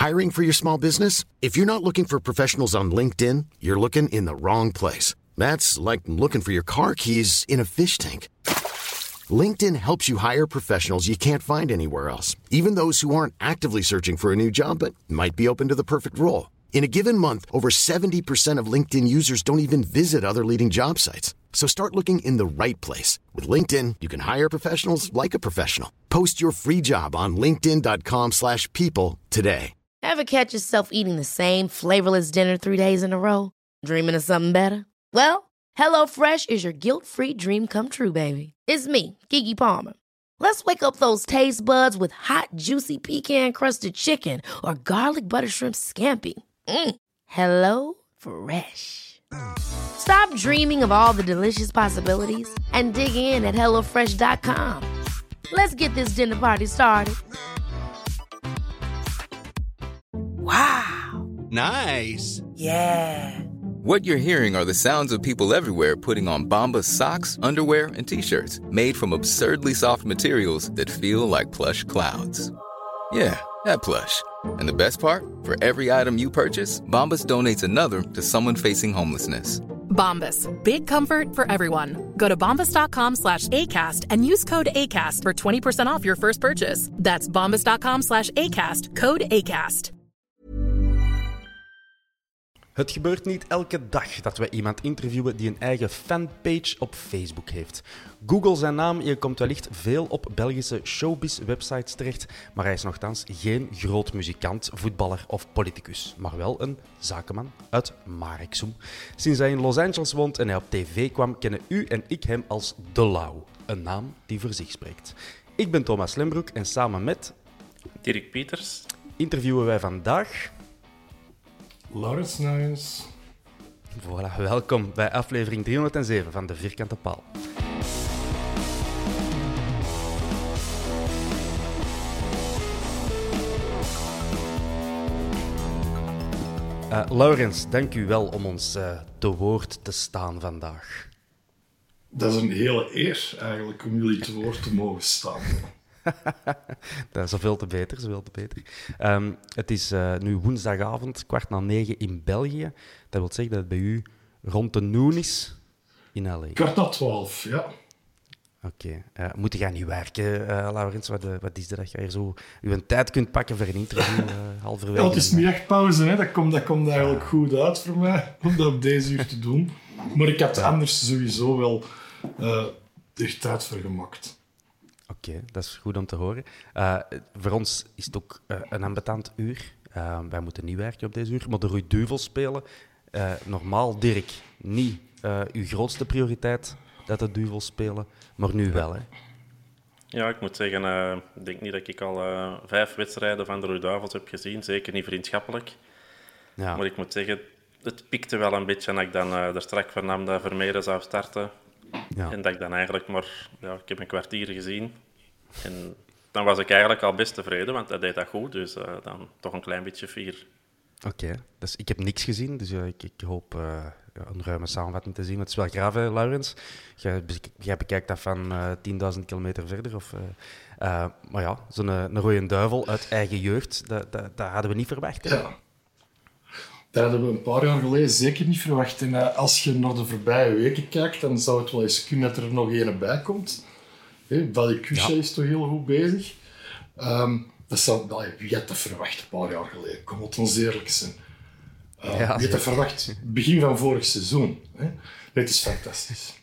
Hiring for your small business? If you're not looking for professionals on LinkedIn, you're looking in the wrong place. That's like looking for your car keys in a fish tank. LinkedIn helps you hire professionals you can't find anywhere else, even those who aren't actively searching for a new job but might be open to the perfect role. In a given month, over 70% of LinkedIn users don't even visit other leading job sites. So start looking in the right place. With LinkedIn, you can hire professionals like a professional. Post your free job on linkedin.com/people today. Ever catch yourself eating the same flavorless dinner 3 days in a row? Dreaming of something better? Well, HelloFresh is your guilt-free dream come true, baby. It's me, Keke Palmer. Let's wake up those taste buds with hot, juicy pecan-crusted chicken or garlic butter shrimp scampi. Hello Fresh. Stop dreaming of all the delicious possibilities and dig in at HelloFresh.com. Let's get this dinner party started. Wow. Nice. Yeah. What you're hearing are the sounds of people everywhere putting on Bombas socks, underwear, and T-shirts made from absurdly soft materials that feel like plush clouds. Yeah, that plush. And the best part? For every item you purchase, Bombas donates another to someone facing homelessness. Bombas. Big comfort for everyone. Go to bombas.com/ACAST and use code ACAST for 20% off your first purchase. That's bombas.com/ACAST. Code ACAST. Het gebeurt niet elke dag dat we iemand interviewen die een eigen fanpage op Facebook heeft. Google zijn naam, je komt wellicht veel op Belgische showbiz-websites terecht, maar hij is nogthans geen groot muzikant, voetballer of politicus, maar wel een zakenman uit Marexum. Sinds hij in Los Angeles woont en hij op tv kwam, kennen u en ik hem als De Lauw, een naam die voor zich spreekt. Ik ben Thomas Lembroek en samen met Dirk Pieters interviewen wij vandaag Laurens Nuyens. Voilà, welkom bij aflevering 307 van De Vierkante Paal. Laurens, dank u wel om ons te woord te staan vandaag. Dat is een hele eer eigenlijk om jullie te woord te mogen staan. Dat is zoveel te beter, zoveel te beter. Het is nu woensdagavond, 9:15 in België. Dat wil zeggen dat het bij u rond de noon is in L.A. 11:15, ja. Oké. Moet jij niet werken, Laurens? Wat is dat je hier zo uw tijd kunt pakken voor een interview halverwege? Ja, het is middagpauze, hè. Dat komt eigenlijk goed uit voor mij, om dat op deze uur te doen. Maar ik had anders sowieso wel echt tijd voor gemaakt. Oké, dat is goed om te horen. Voor ons is het ook een ambetant uur. Wij moeten niet werken op deze uur, maar de Rui Duvel spelen. Normaal, Dirk, niet uw grootste prioriteit dat de Duvels spelen, maar nu wel, hè? Ja, ik moet zeggen, ik denk niet dat ik al 5 wedstrijden van de Rui Duivels heb gezien. Zeker niet vriendschappelijk. Ja. Maar ik moet zeggen, het pikte wel een beetje. En ik dan er straks vernam dat Vermeeren zou starten. Ja. En dat ik dan eigenlijk maar... Ja, ik heb een kwartier gezien. En dan was ik eigenlijk al best tevreden, want hij deed dat goed. Dus dan toch een klein beetje fier. Oké. Dus ik heb niks gezien, dus ik hoop een ruime samenvatting te zien. Het is wel graaf, hè, Laurens. Jij bekijkt dat van 10.000 kilometer verder. Maar ja, zo'n rode duivel uit eigen jeugd, dat hadden we niet verwacht. Hè? Ja. Dat hadden we een paar jaar geleden zeker niet verwacht. En als je naar de voorbije weken kijkt, dan zou het wel eens kunnen dat er nog een bij komt. Valikucha is toch heel goed bezig. Wie had dat verwacht een paar jaar geleden? Kom, laten we eerlijk zijn. Wie had dat verwacht? Begin van vorig seizoen. Dit is fantastisch.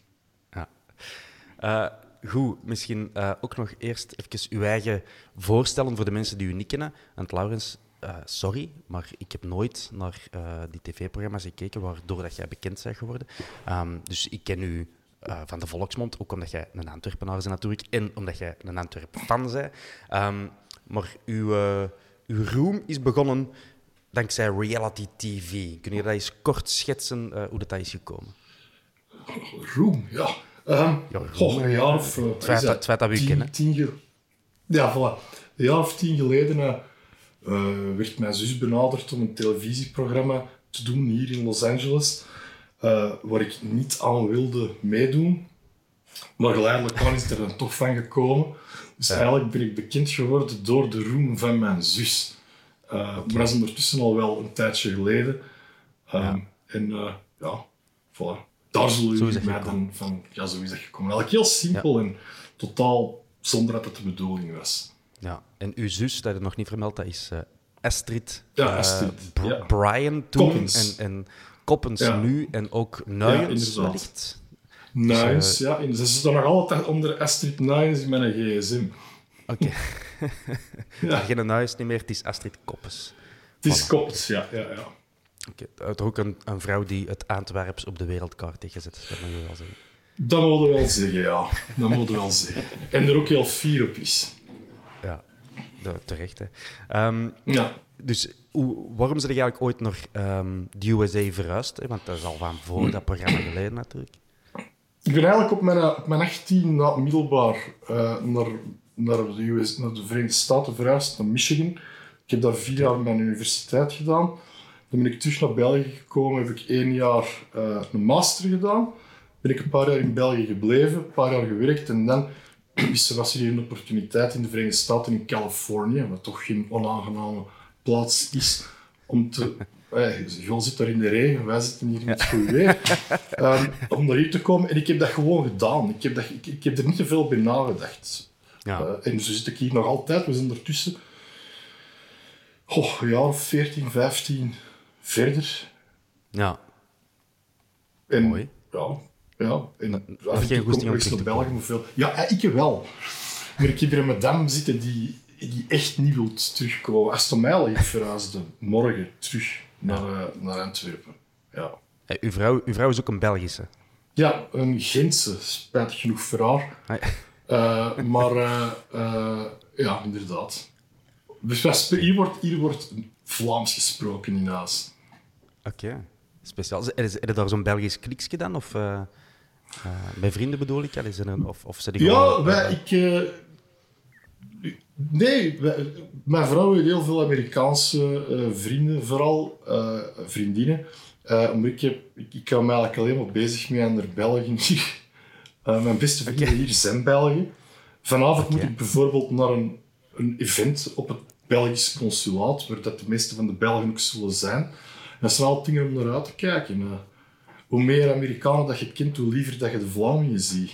Ja. Goed, misschien ook nog eerst even uw eigen voorstellen voor de mensen die u niet kennen. Want Laurens, sorry, maar ik heb nooit naar die tv-programma's gekeken waardoor dat jij bekend bent geworden. Dus ik ken u van de volksmond, ook omdat jij een Antwerpenaar bent natuurlijk en omdat jij een Antwerp-fan bent. Maar uw roem is begonnen dankzij reality TV. Kun je dat eens kort schetsen hoe dat is gekomen? Roem, ja. Een jaar of... het feit dat we u kennen. Ja, voilà. Een jaar of 10 geleden werd mijn zus benaderd om een televisieprogramma te doen hier in Los Angeles, waar ik niet aan wilde meedoen. Maar geleidelijk aan is er dan toch van gekomen. Dus eigenlijk ben ik bekend geworden door de roem van mijn zus. Maar dat is ondertussen al wel een tijdje geleden. En voilà. Daar zullen jullie mij dan van... Ja, zo is dat gekomen. Eigenlijk heel simpel en totaal zonder dat het de bedoeling was. Ja, en uw zus, dat je nog niet vermeld, dat is Astrid. Astrid. Brian toen Koppens. en Koppens nu en ook Nuyens wellicht. Nuyens, ze zitten nog altijd onder Astrid Nuyens in mijn gsm. Oké. Geen Nuyens niet meer, het is Astrid Koppens. Het is Koppens, ja. Okay. Ook een vrouw die het Antwerps op de wereldkaart heeft gezet, dat moet je wel zeggen. Dat moet je wel zeggen, ja. Dat moet je wel zeggen. En er ook heel fier op is. Ja, terecht. Hè. Dus waarom zijn je eigenlijk ooit naar de USA verhuisd? Hè? Want dat is al van voor dat programma geleden natuurlijk. Ik ben eigenlijk op mijn 18 na het middelbaar naar de Verenigde Staten verhuisd, naar Michigan. Ik heb daar 4 jaar mijn universiteit gedaan. Dan ben ik terug naar België gekomen, heb ik 1 jaar een master gedaan. Ben ik een paar jaar in België gebleven, een paar jaar gewerkt en dan was er hier een opportuniteit in de Verenigde Staten, in Californië, wat toch geen onaangename plaats is om te... Joel zit daar in de regen, wij zitten hier in het goede weer. Om naar hier te komen. En ik heb dat gewoon gedaan. Ik heb er niet te veel bij nagedacht. En zo zit ik hier nog altijd. We zijn ondertussen een jaar of 14, 15 verder. Ja. En, mooi. Ja. En of geen goesting om terug te komen. Ja, ik wel. Maar ik heb er een madame zitten die echt niet wil terugkomen. Aston Martin, ik verhuisde morgen terug naar Antwerpen. Ja. Uw vrouw is ook een Belgische? Ja, een Gentse, spijtig genoeg voor haar. Maar inderdaad. Dus hier wordt Vlaams gesproken in huis. Oké. Speciaal. Is er daar zo'n Belgisch kliksje dan? Of bij vrienden bedoel ik? Of zijn die gewoon... Nee, mijn vrouw heeft heel veel Amerikaanse vrienden, vooral vriendinnen. Ik hou me eigenlijk alleen maar bezig mee naar België. Mijn beste vrienden hier zijn Belgen. Vanavond moet ik bijvoorbeeld naar een event op het Belgisch consulaat, waar dat de meeste van de Belgen ook zullen zijn. En dat zijn al dingen om naar uit te kijken. Hoe meer Amerikanen dat je kent, hoe liever dat je de Vlamingen ziet.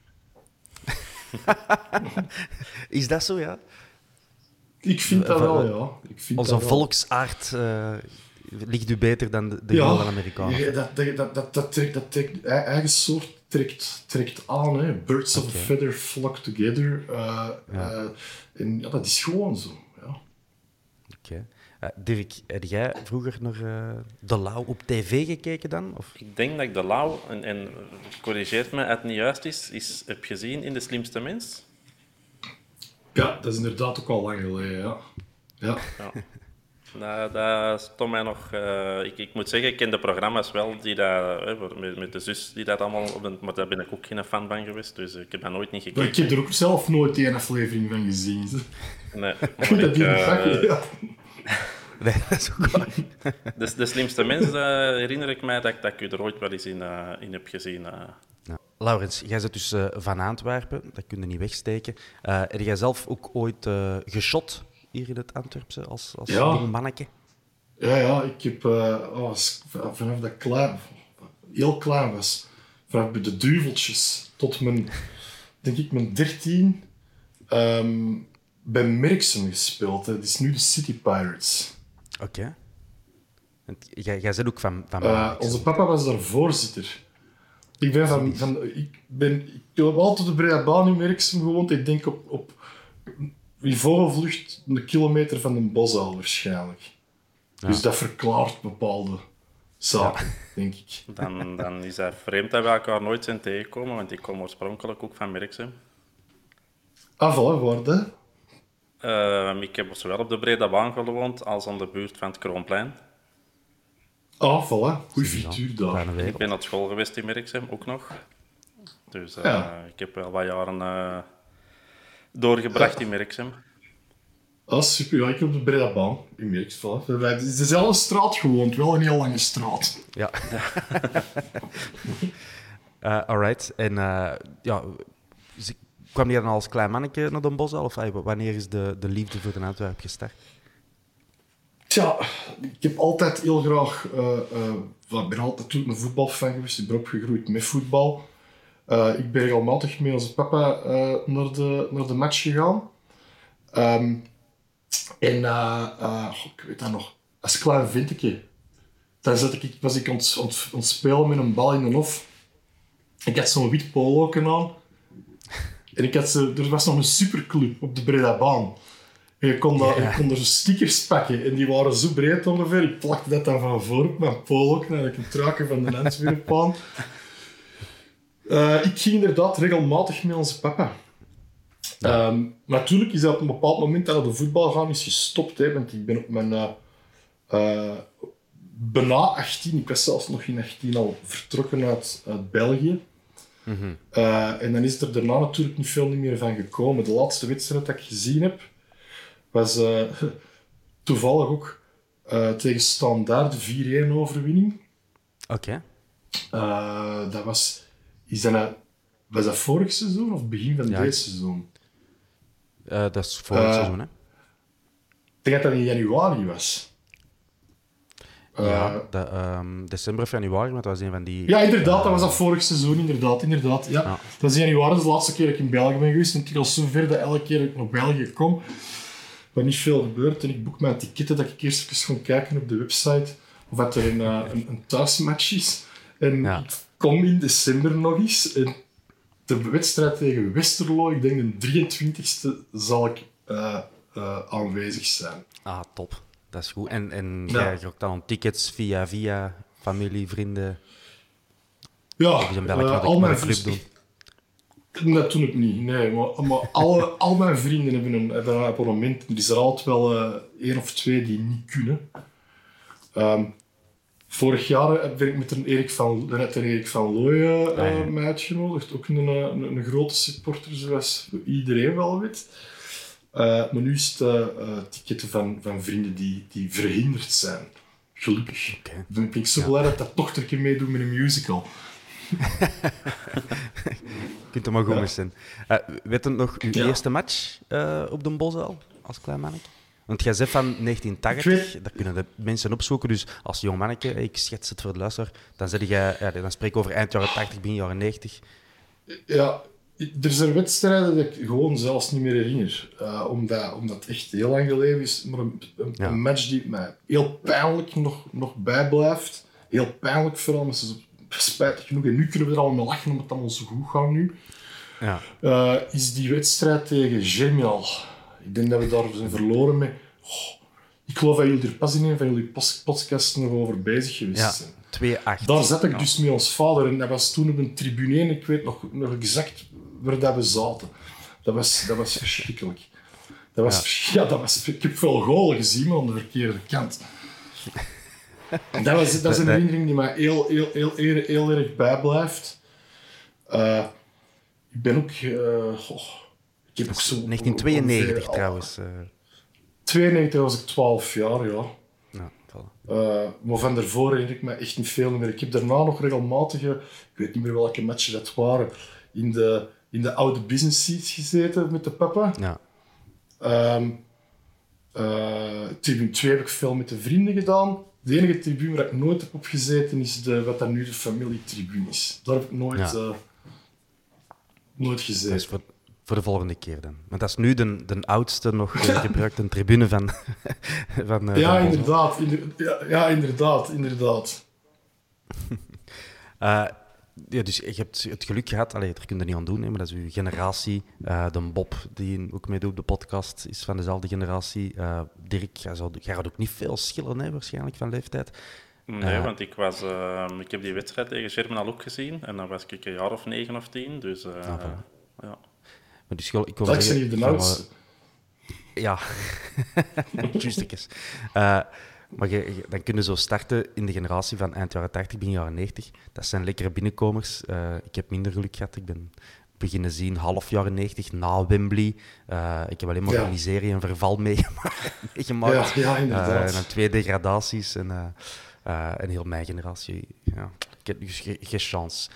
Is dat zo, ja? Ik vind dat wel, ja. Onze volksaard ligt u beter dan de gewone Amerikanen. Ja, dat trekt, eigen soort trekt aan. Hè. Birds of a feather flock together. En dat is gewoon zo. Ja. Oké. Dirk, heb jij vroeger naar De Lauw op tv gekeken dan? Of? Ik denk dat ik De Lauw, en corrigeert me als het niet juist is, heb gezien in De Slimste Mens. Ja, dat is inderdaad ook al lang geleden, ja. Dat stond mij nog... Ik moet zeggen, ik ken de programma's wel, die dat, met de zus, die dat allemaal... Maar daar ben ik ook geen fan van geweest, dus ik heb dat nooit niet gekeken. Maar ik heb er ook zelf nooit één aflevering van gezien. Nee. Ik vind dat die ja. Nee, dat is ook waar. De Slimste Mens herinner ik mij dat ik u er ooit wel eens in heb gezien. Ja. Laurens, jij zit dus van Antwerpen, dat kun je niet wegsteken. Heb jij zelf ook ooit geshot hier in het Antwerpse als jong manneke? Ja, ik heb vanaf dat ik heel klein was, vanaf de duveltjes tot mijn 13, bij Merksem gespeeld. Het is nu de City Pirates. Oké. Jij bent ook van onze papa was daar voorzitter. Ik heb altijd op de Breda-baan in Merksem gewoond. Ik denk op in vogelvlucht een kilometer van de Bosuil waarschijnlijk. Ja. Dus dat verklaart bepaalde zaken, denk ik. Dan is het vreemd dat we elkaar nooit zijn tegengekomen, want ik kom oorspronkelijk ook van Merksem. Voilà, waar ik heb zowel op de Breda-baan gewoond als aan de buurt van het Kroonplein. Voilà. Goeie frituur daar. Ik ben naar school geweest in Merksem, ook nog. Dus ik heb wel wat jaren doorgebracht in Merksem. Super. Ja, ik heb op de Breda-baan in Merksem. Het is dezelfde straat gewoond, wel een heel lange straat. Ja. Alright. En kwam je dan als klein manneke naar Den Bosch al? Of wanneer is de liefde voor de Antwerp gestart? Tja, ik heb altijd heel graag... ik ben altijd natuurlijk een voetbalfan geweest. Ik ben opgegroeid met voetbal. Ik ben regelmatig met onze papa naar de match gegaan. Ik weet dat nog. Als klein ventje. Dan was ik aan het spelen met een bal in de hof. Ik had zo'n wit poloken aan. En er was nog een superclub op de Bredabaan. En je kon er stickers pakken. En die waren zo breed ongeveer. Ik plakte dat dan van voor op mijn poloken. Dan had ik een truiken van de Antwerpen. Ik ging inderdaad regelmatig met onze papa. Maar natuurlijk is dat op een bepaald moment dat de voetbal gaan is gestopt. Hè, want ik ben op mijn... bijna 18, ik was zelfs nog in 18 al vertrokken uit België. Mm-hmm. En dan is er daarna natuurlijk niet veel meer van gekomen. De laatste wedstrijd dat ik gezien heb, was toevallig ook tegen Standaard de 4-1 overwinning. Oké. Was dat vorig seizoen of begin van dit seizoen? Dat is vorig seizoen, hè? Ik denk dat in januari was. December of januari, maar dat was een van die... Ja, inderdaad, dat was dat vorig seizoen, inderdaad. Ja. Dat was in januari, dat is de laatste keer dat ik in België ben geweest. En ik al zover dat elke keer dat ik naar België kom, waar niet veel gebeurt. En ik boek mijn ticketten, dat ik eerst even ga kijken op de website of dat er een thuismatch is. En ik kom in december nog eens. En de wedstrijd tegen Westerlo, ik denk de 23e, zal ik aanwezig zijn. Ah, top. Dat is goed. En jij rokt dan tickets via familie, vrienden? Ja, al mijn vrienden. Dat doe ik niet, nee. Maar al mijn vrienden hebben een abonnement. Er is er altijd wel 1 of 2 die niet kunnen. Vorig jaar ben ik met een Erik van Looijen mij uitgenodigd. Ook een grote supporter, zoals iedereen wel weet. Maar nu is het ticketten van vrienden die verhinderd zijn. Gelukkig. Okay. Dan ben ik zo blij dat dochtertje meedoet met een musical. Je kunt er maar goed mee zijn. Weet je nog uw eerste match op de Bos al, als klein mannetje? Want jij zegt van 1980, daar kunnen de mensen opzoeken. Dus als jong mannetje, ik schets het voor de luisteraar, dan spreek ik over eind jaren 80, begin jaren 90. Ja, er zijn wedstrijden die ik gewoon zelfs niet meer herinner. Omdat het echt heel lang geleden is. Maar een match die mij heel pijnlijk nog bijblijft. Heel pijnlijk vooral, maar spijtig genoeg. En nu kunnen we er allemaal lachen omdat het allemaal zo goed gaat nu. Ja. Is die wedstrijd tegen Germinal. Ik denk dat we daar zijn verloren met... ik geloof dat jullie er pas in een van jullie podcasts nog over bezig geweest zijn. 2-8. Daar zat ik dus met ons vader en dat was toen op een tribune 1. Ik weet nog exact waar dat we zaten. Dat was verschrikkelijk. Ik heb veel golen gezien, maar aan de verkeerde kant. Dat is een herinnering die mij heel erg bijblijft. Ik ben ook... ik heb ook zo 1992 trouwens. 92 was ik 12 jaar, ja. Maar van daarvoor herinner ik me echt niet veel meer. Ik heb daarna nog regelmatige... Ik weet niet meer welke matchen dat waren. In de oude business seats gezeten met de papa. Ja. Tribune 2 heb ik veel met de vrienden gedaan. De enige tribune waar ik nooit heb opgezeten is wat dat nu de familietribune is. Daar heb ik nooit gezeten. Dat is voor de volgende keer dan. Want dat is nu de oudste nog gebruikte tribune van ja, inderdaad. Inderdaad. Dus je hebt het geluk gehad, daar kun je niet aan doen, maar dat is uw generatie. De Bob, die ook meedoet op de podcast, is van dezelfde generatie. Dirk, jij gaat ook niet veel schillen, waarschijnlijk, van leeftijd. Nee, want ik heb die wedstrijd tegen Germinal ook gezien. En dan was ik een jaar of 9 of 10. Dus, ja. Maar dus, ik wil zeggen, niet de oudste. Ja, juistekes. Maar dan kun je zo starten in de generatie van eind jaren 80, begin jaren 90. Dat zijn lekkere binnenkomers. Ik heb minder geluk gehad. Ik ben beginnen zien half jaren 90 na Wembley. Ik heb alleen maar miserie en verval meegemaakt. Ja, inderdaad. En dan 2 degradaties en heel mijn generatie. Ja. Ik heb dus geen chance.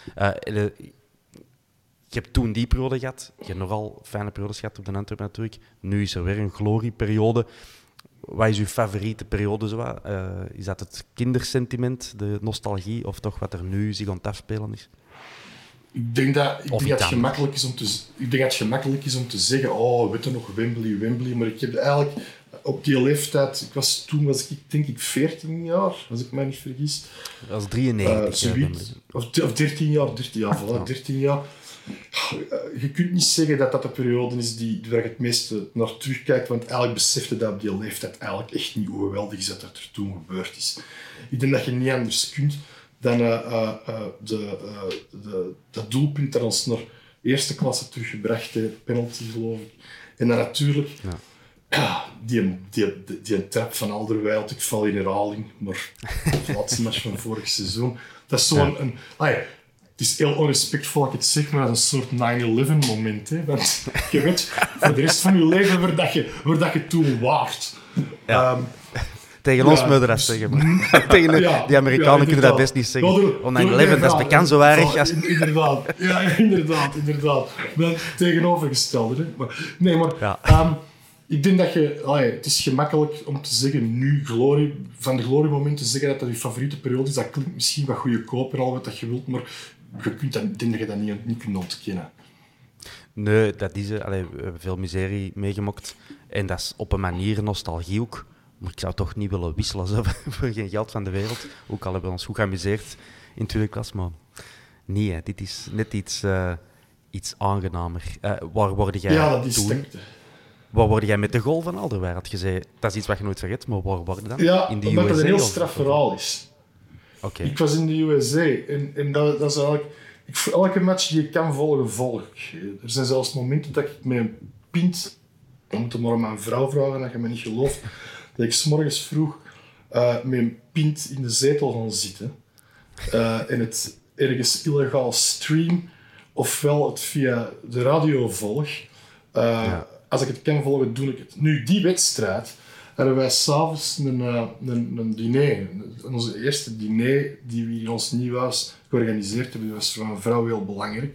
Je hebt toen die periode gehad. Je hebt nogal fijne periodes gehad op de Antwerpen natuurlijk. Nu is er weer een glorieperiode. wat is uw favoriete periode? Is dat het kindersentiment, de nostalgie, of toch wat er nu zich aan het afspelen is? Ik denk dat het gemakkelijk is om te zeggen, weet je nog, Wembley. Maar ik heb eigenlijk op die leeftijd, toen was ik denk ik 14 jaar, als ik mij niet vergis. Dat was 93. Of 13 jaar, voilà, 13 jaar. Je kunt niet zeggen dat dat de periode is waar je het meeste naar terugkijkt, want eigenlijk besefte dat op die leeftijd eigenlijk echt niet hoe geweldig is dat er toen gebeurd is. Ik denk dat je niet anders kunt dan dat doelpunt dat ons naar eerste klasse teruggebracht heeft, penalty geloof ik. En dan natuurlijk die trap van Alderweireld, ik val in herhaling, maar de laatste match van vorig seizoen. Dat is zo'n... Het is heel onrespectvol dat ik het zeg, maar dat is een soort 9/11 moment. Hè? Want je weet voor de rest van je leven waar dat je toen waart. Ja. Tegen ons moet je dat zeggen. Maar. Tegen die Amerikanen kunnen dat best niet zeggen. 9/11, dat is bekend zo erg. Inderdaad. Ja, inderdaad. Wel tegenovergestelde. Maar ik denk dat het is gemakkelijk om te zeggen, nu van de gloriemomenten te zeggen dat dat je favoriete periode is. Dat klinkt misschien wat goedkoop en al wat dat je wilt, maar ik denk dat je dat niet kunt ontkennen. Nee, dat is we hebben veel miserie meegemaakt. En dat is op een manier nostalgie ook. Maar ik zou toch niet willen wisselen voor geen geld van de wereld. Ook al hebben we ons goed geamuseerd in tweede klas. Maar nee, dit is net iets aangenamer. Waar word jij toen? Waar word jij met de goal van Alderweireld? Je zei, dat is iets wat je nooit vergeet, maar waar word je dan? Ja, in de omdat USA, het een heel straf verhaal is. Okay. Ik was in de USA en dat is eigenlijk... Elke match die ik kan volgen, volg ik. Er zijn zelfs momenten dat ik met een pint... Ik moet het maar aan mijn vrouw vragen, dat je me niet gelooft. Dat ik 's morgens vroeg met een pint in de zetel gaan zitten. En het ergens illegaal stream. Ofwel het via de radio volg. Als ik het kan volgen, doe ik het. Nu, die wedstrijd... hadden wij s'avonds een diner. Onze eerste diner die we in ons nieuw huis georganiseerd hebben, was voor mijn vrouw heel belangrijk.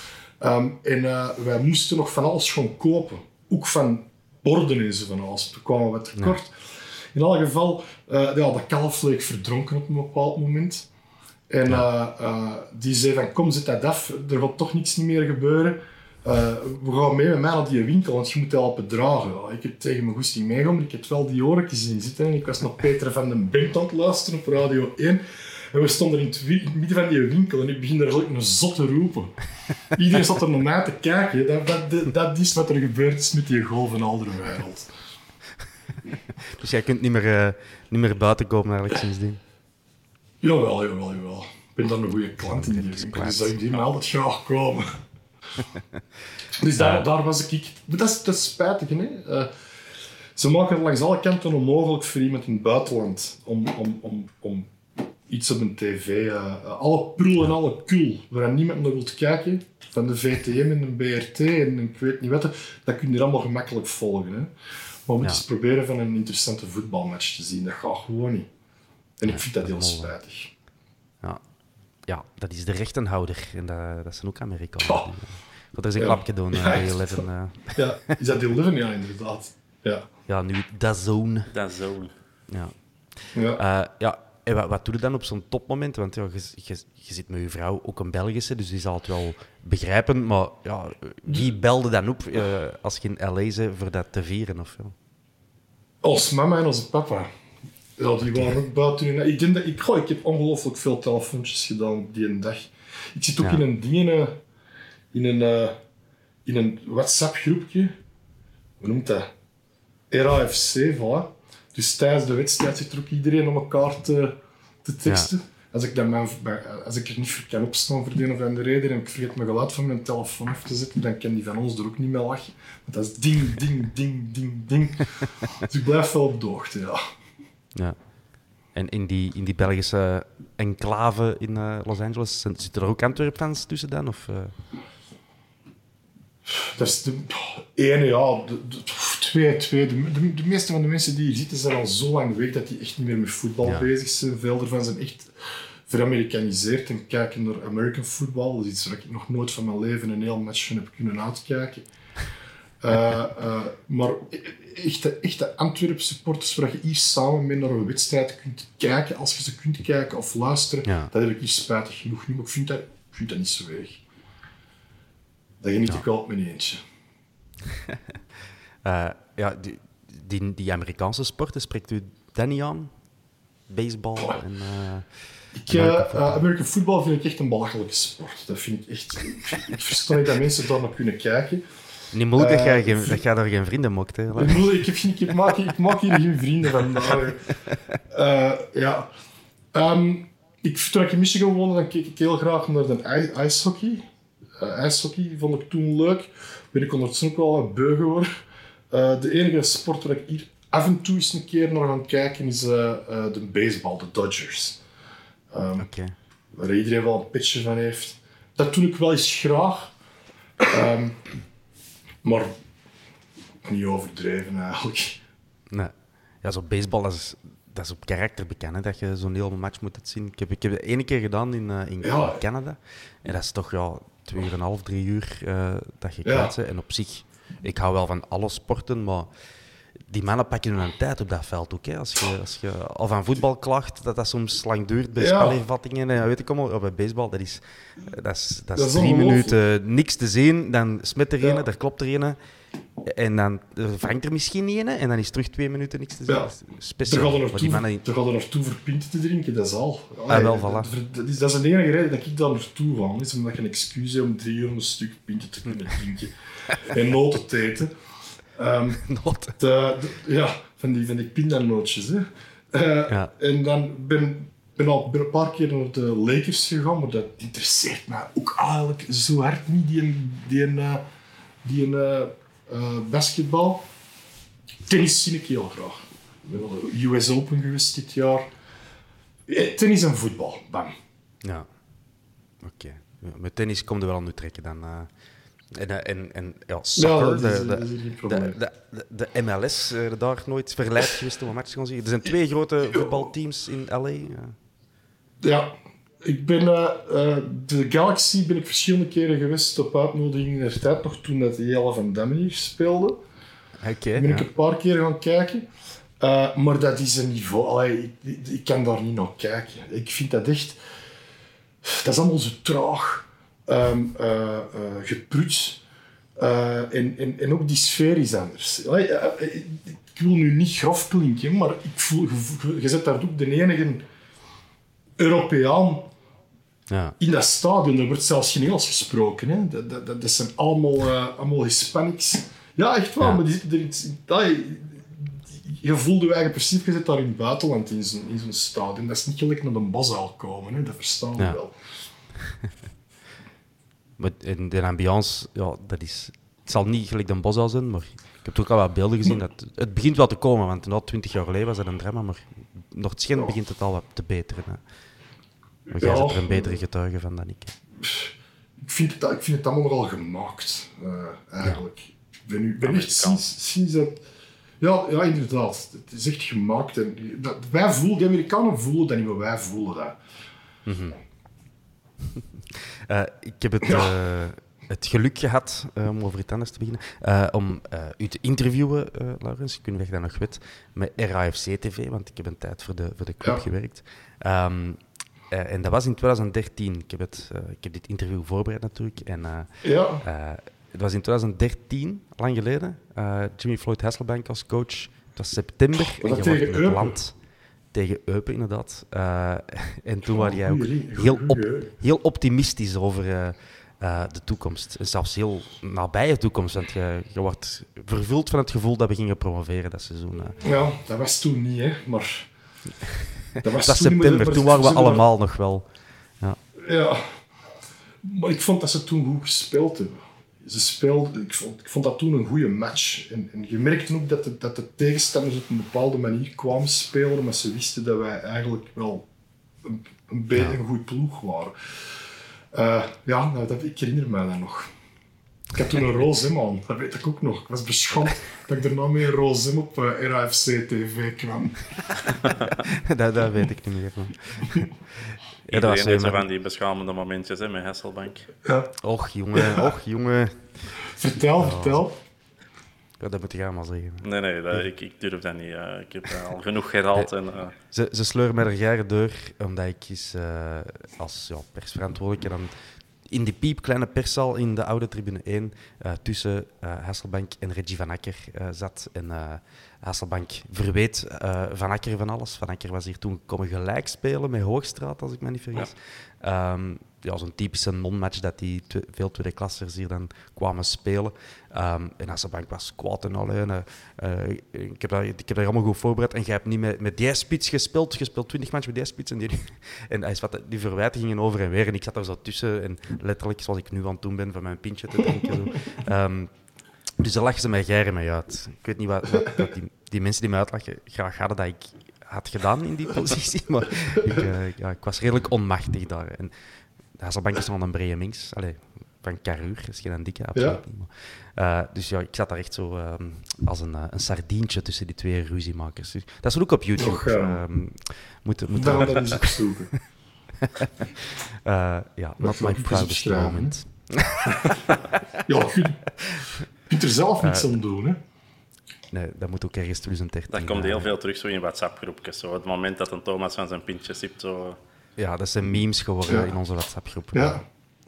Wij moesten nog van alles gaan kopen. Ook van borden en zo van alles. Toen kwamen we wat tekort. Ja. In alle geval, de kalf leek verdronken op een bepaald moment. En die zei van, kom, zet dat af. Er gaat toch niets meer gebeuren. We gaan mee met mij naar die winkel, want je moet dat helpen dragen. Ik heb tegen mijn goesting meegenomen, ik heb wel die oortjes in zitten. En ik was nog Peter van den Bent aan het luisteren op Radio 1. En we stonden in het midden van die winkel en ik begin daar een zot te roepen. Iedereen zat er naar mij te kijken. Dat is wat er gebeurd is met die goal van Alderweireld. Dus jij kunt niet meer buiten komen eigenlijk sindsdien? Jawel. Ik ben dan een goede klant in die winkel, dus zou ik die altijd graag komen. Dus daar was ik. Maar dat is spijtig, hè? Ze maken het langs alle kanten onmogelijk voor iemand in het buitenland om iets op een tv. Alle prul en alle kul waar niemand naar wil kijken, van de VTM en de BRT en ik weet niet wat, dat kun je allemaal gemakkelijk volgen. Hè? Maar we moeten eens proberen van een interessante voetbalmatch te zien. Dat gaat gewoon niet. En ik vind dat heel spijtig. Ja, dat is de rechtenhouder. En dat zijn ook Amerikanen. Dat is een klapje doen. Ja, is dat 11? Ja, inderdaad. Ja, nu DAZN. Ja. En wat doe je dan op zo'n topmoment? Want je zit met je vrouw, ook een Belgische, dus die zal het wel begrijpen. Maar wie belde dan op als je in L.A. bent voor dat te vieren? Of zo? Ons mama en onze papa. Ja, die waren ook buiten. Ik heb ongelooflijk veel telefoontjes gedaan die dag. Ik zit ook in een WhatsApp-groepje. Hoe noemt dat? RAFC, voilà. Dus tijdens de wedstrijd zit er ook iedereen om elkaar te teksten. Als ik er niet voor kan opstaan voor de een of andere reden en ik vergeet mijn geluid van mijn telefoon af te zetten, dan kan die van ons er ook niet meer lachen. Want dat is ding, ding, ding, ding, ding. Dus ik blijf wel op de hoogte, Ja. En in die Belgische enclave in Los Angeles, zitten er ook Antwerp-fans tussen dan? Of, Dat is de ene, twee. De meeste van de mensen die hier zitten zijn al zo lang weg dat die echt niet meer met voetbal bezig zijn. Veel ervan zijn echt veramerikaniseerd en kijken naar American football. Dat is iets waar ik nog nooit van mijn leven een heel match van heb kunnen uitkijken. Maar echte Antwerp supporters, waar je hier samen mee naar een wedstrijd kunt kijken, als je ze kunt kijken of luisteren, dat heb ik hier spijtig genoeg niet. Maar ik vind dat niet zo erg. Dat geniet ik wel op mijn eentje. Die Amerikaanse sporten, spreekt u dat niet aan? Baseball en... American football vind ik echt een belachelijke sport. Dat vind ik echt... Ik versta niet dat mensen daar nog kunnen kijken. Niet moeilijk dat jij daar geen vrienden mocht, hè? Ik maak hier geen vrienden van. Toen ik in Michigan woonde, dan keek ik heel graag naar de ijshockey. IJshockey vond ik toen leuk. Ben ik ondertussen ook wel wat beu geworden. De enige sport waar ik hier af en toe eens een keer naar ga kijken is de baseball, de Dodgers. Waar iedereen wel een pitcher van heeft. Dat doe ik wel eens graag. Maar niet overdreven eigenlijk. Nee. Ja, zo baseball, dat is op karakter bekend, hè, dat je zo'n hele match moet zien. Ik heb het 1 keer gedaan in Canada. En dat is toch 2,5, 3 uur dat je kwijt bent. En op zich, ik hou wel van alle sporten, maar die mannen pakken hun tijd op dat veld ook. Hè. Als je al van voetbal klaagt, dat soms lang duurt bij spelhervattingen en weet ik allemaal. Bij baseball, dat is 3 minuten niks te zien. Dan smet er een, er klopt er een. En dan vangt er misschien niet in, en dan is het terug 2 minuten niks te zien. Speciaal. Er gaat er naartoe voor pinten te drinken, dat is al. Voilà. Dat is de enige reden dat ik daar naartoe ga. Is omdat je een excuus hebt om 3 uur een stuk pinten te kunnen drinken. En noten te eten. Van die pindanootjes. En dan ben al een paar keer naar de Lakers gegaan, maar dat interesseert mij ook eigenlijk zo hard niet, die basketbal. Tennis zie ik heel graag. Ik ben al de US Open geweest dit jaar. Tennis en voetbal, bam. Ja, oké. Met tennis komt er wel aan nu trekken dan. Soccer, de MLS, daar nooit verleid geweest om een match te gaan zien. Er zijn 2 grote voetbalteams in LA. Ja, ik ben de Galaxy ben ik verschillende keren geweest op uitnodiging in de tijd nog toen dat Jelle van Damme hier speelde. Ben ik een paar keer gaan kijken. Maar dat is een niveau... Ik kan daar niet naar kijken. Ik vind dat echt... Dat is allemaal zo traag. Geprut. En ook die sfeer is anders. Ik wil nu niet grof klinken, maar ik voel... Je zet daar ook de enige Europeaan in dat stadion. Er wordt zelfs geen Engels gesproken. Hè. Dat zijn allemaal Hispanics. Ja, echt wel. Maar je voelt je eigen precies, je zit daar in het buitenland in zo'n stadion. Dat is niet gelijk naar een boszaal komen. Hè. Dat verstaan we wel. Maar in de ambiance, dat is... Het zal niet gelijk een boszaal zijn, maar ik heb ook al wat beelden gezien. Het begint wel te komen, want 20 jaar geleden was dat een drama, maar nog het schijn begint het al wat te beteren. Hè. Maar jij bent er een betere getuige van dan ik. Ik vind het allemaal nogal gemaakt, eigenlijk. Ik ben echt sinds dat... Ja, inderdaad. Het is echt gemaakt. En de Amerikanen voelen dat niet, maar wij voelen dat. Mm-hmm. Ik heb het geluk gehad, om over iets anders te beginnen, om u te interviewen, Laurens, ik weet niet of je dat nog weet, met RAFC TV, want ik heb een tijd voor de club gewerkt. En dat was in 2013. Ik heb dit interview voorbereid natuurlijk. En, het was in 2013, lang geleden. Jimmy Floyd Hasselbank als coach. Het was september. En je was in het land tegen Eupen, inderdaad. En toen was jij ook heel optimistisch over de toekomst. Zelfs heel nabije toekomst. Want je wordt vervuld van het gevoel dat we gingen promoveren dat seizoen. Ja, dat was toen niet, hè. Maar... Dat was september. Toen waren we allemaal nog wel. Ja. Maar ik vond dat ze toen goed gespeeld hebben. Ik vond dat toen een goede match. En je merkte ook dat de tegenstanders op een bepaalde manier kwamen spelen, maar ze wisten dat wij eigenlijk wel een goede ploeg waren. Ik herinner me dat nog. Ik had toen een roze man, dat weet ik ook nog. Ik was beschaamd dat ik daarna met een roze op RAFC TV kwam. dat weet ik niet meer. Iedereen heeft van die beschamende momentjes met Hasselbank. Ja. Och jongen. Vertel. Ja, dat moet je maar zeggen. Nee, ik durf dat niet. Ik heb al genoeg herhaald. En, Ze sleuren mij er jaren door, omdat ik eens als persverantwoordelijke dan in die piepkleine perszaal in de oude tribune 1 tussen Hasselbank en Reggie Van Acker zat. En Hasselbank verweet Van Acker van alles. Van Acker was hier toen komen gelijk spelen met Hoogstraat, als ik me niet vergis. Zo'n typische non-match dat die veel tweede klassers hier dan kwamen spelen. En Hasselbank was kwaad en alleen. Ik heb dat allemaal goed voorbereid. En jij hebt niet met die spits gespeeld. Je speelt 20 matchen met die spits. En die verwijten gingen over en weer. En ik zat er zo tussen. En letterlijk, zoals ik nu aan het doen ben, van mijn pintje te drinken. Dus daar lachen ze mij geiren mee uit. Ik weet niet wat die mensen die mij uitlachen graag hadden dat ik had gedaan in die positie. Maar ik was redelijk onmachtig daar. En de Hasselbank is nog een brede minx. Van Caruur, is geen dikke, absoluut niet. Maar, dus ik zat daar echt zo als een sardientje tussen die twee ruziemakers. Dus, dat is ook op YouTube. Moeten we dat eens opzoeken. Not my proudest moment. Je kunt er zelf niets aan doen, hè? Nee, dat moet ook ergens 2013. Dat komt heel veel terug zo in WhatsApp-groepjes. Zo. Het moment dat een Thomas van zijn pintje sipt. Zo. Ja, dat zijn memes geworden in onze WhatsApp-groep. Ja.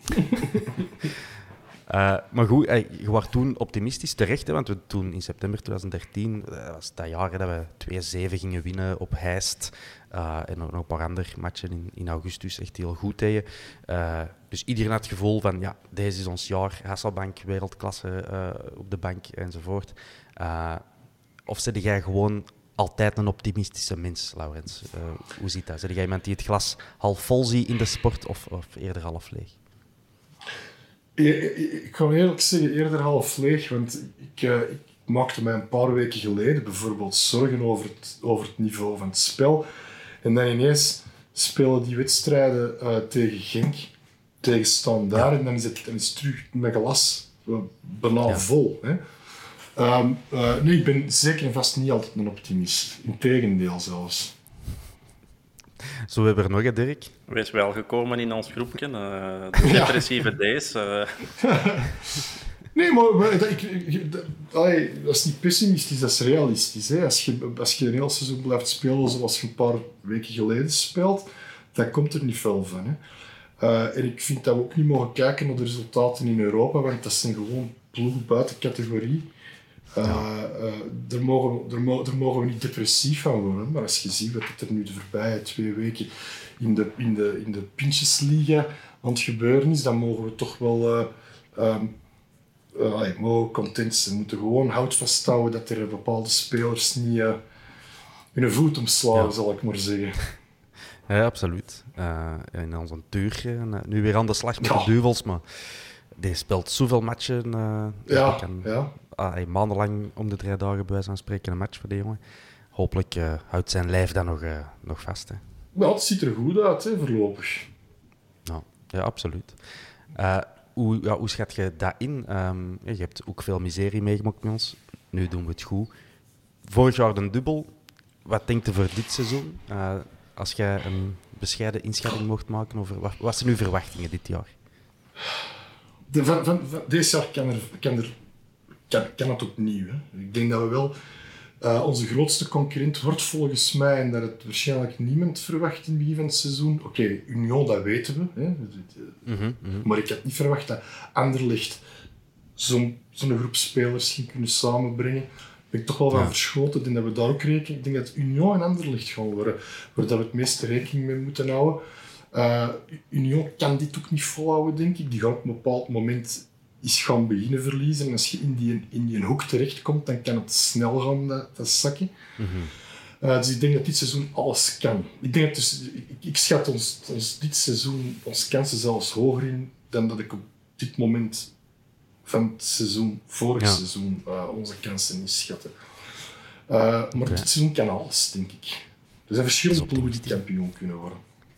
Maar goed, je was toen optimistisch terecht, hè, want we toen in september 2013, dat was dat jaar dat we 2-7 gingen winnen op Heist. En nog een paar andere matchen in augustus echt heel goed tegen. Dus iedereen had het gevoel van, deze is ons jaar. Hasselbank, wereldklasse op de bank enzovoort. Of zit jij gewoon altijd een optimistische mens, Laurens? Hoe ziet dat? Zit jij iemand die het glas half vol ziet in de sport of eerder half leeg? Ik kan eerlijk zeggen, eerder half leeg, want ik maakte mij een paar weken geleden bijvoorbeeld zorgen over het niveau van het spel. En dan ineens spelen die wedstrijden tegen Genk, tegen Standaard, en dan is het terug met glas bijna vol. Hè? Nu, ik ben zeker en vast niet altijd een optimist. Integendeel zelfs. Zo hebben we er nog, hè, Dirk? Wees welgekomen in ons groepje. De depressieve D's. Nee, maar dat is niet pessimistisch, dat is realistisch. Hè. Als je een heel seizoen blijft spelen zoals je een paar weken geleden speelt, dan komt er niet veel van. Hè. En ik vind dat we ook niet mogen kijken naar de resultaten in Europa, want dat zijn gewoon ploegen buiten categorie. Daar mogen we niet depressief van worden, maar als je ziet wat er nu de voorbije 2 weken in de Pintjesliga aan het gebeuren is, dan mogen we toch wel mogen content zijn. We moeten gewoon hout vasthouden dat er bepaalde spelers niet hun voet omslaan, zal ik maar zeggen. Ja, absoluut. In onze Tuur, nu weer aan de slag met de Duvels, maar die speelt zoveel matchen. Maandenlang om de 3 dagen bij wijze van spreken een match voor die jongen. Hopelijk houdt zijn lijf dan nog vast. Hè. Nou, het ziet er goed uit, hè, voorlopig. Ja, absoluut. Hoe schat je dat in? Je hebt ook veel miserie meegemaakt met ons. Nu doen we het goed. Vorig jaar een dubbel. Wat denkt je voor dit seizoen? Als jij een bescheiden inschatting mocht maken over... Wat zijn uw verwachtingen dit jaar? Van deze jaar kan het opnieuw. Hè. Ik denk dat we wel... onze grootste concurrent wordt volgens mij, en dat het waarschijnlijk niemand verwacht in het begin van het seizoen. Oké, Union, dat weten we. Hè. Maar ik had niet verwacht dat Anderlecht zo'n groep spelers ging kunnen samenbrengen. Ben ik toch wel van verschoten. Ik denk dat we daar ook rekenen. Ik denk dat Union en Anderlecht gaan worden, waar we het meeste rekening mee moeten houden. Union kan dit ook niet volhouden, denk ik. Die gaan op een bepaald moment is gaan beginnen verliezen. En als je in die hoek terechtkomt, dan kan het snel gaan, dat zakken. Dus ik denk dat dit seizoen alles kan. Ik schat ons dit seizoen, onze kansen zelfs hoger in dan dat ik op dit moment van het seizoen, vorig seizoen, onze kansen inschatten. Maar dit seizoen kan alles, denk ik. Er zijn verschillende ploegen die kampioen kunnen worden.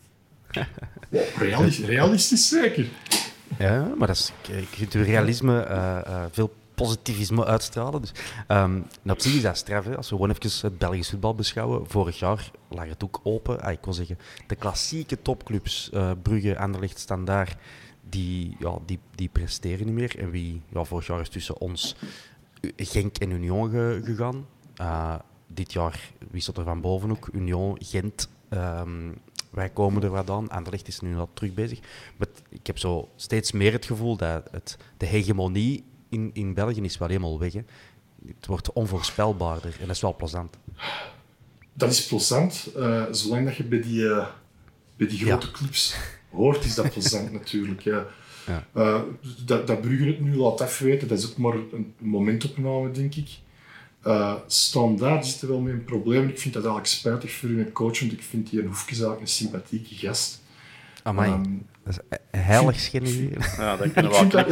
Realistisch zeker. Ja, maar je kunt je realisme veel positivisme uitstralen. Dus, en op zich is dat straf. Hè. Als we gewoon even het Belgisch voetbal beschouwen. Vorig jaar lag het ook open. Ik wil zeggen, de klassieke topclubs, Brugge, Anderlecht, Standaard, die presteren niet meer. En vorig jaar is tussen ons Genk en Union gegaan. Dit jaar wisselt er van boven ook. Union, Gent. Wij komen er wat aan. Anderlecht is nu al terug bezig. Maar ik heb zo steeds meer het gevoel dat de hegemonie in België is wel helemaal weg. Hè. Het wordt onvoorspelbaarder en dat is wel plezant. Dat is plezant. Zolang dat je bij die grote clubs hoort, is dat plezant natuurlijk. Ja. Ja. Dat Brugge het nu laat afweten, dat is ook maar een momentopname, denk ik. Standaard zit er wel mee een probleem. Ik vind dat eigenlijk spijtig voor hun coach, want ik vind die Hoefkes eigenlijk een sympathieke gast. Amai, dat is heilig schenen hier. Ja, dat kunnen we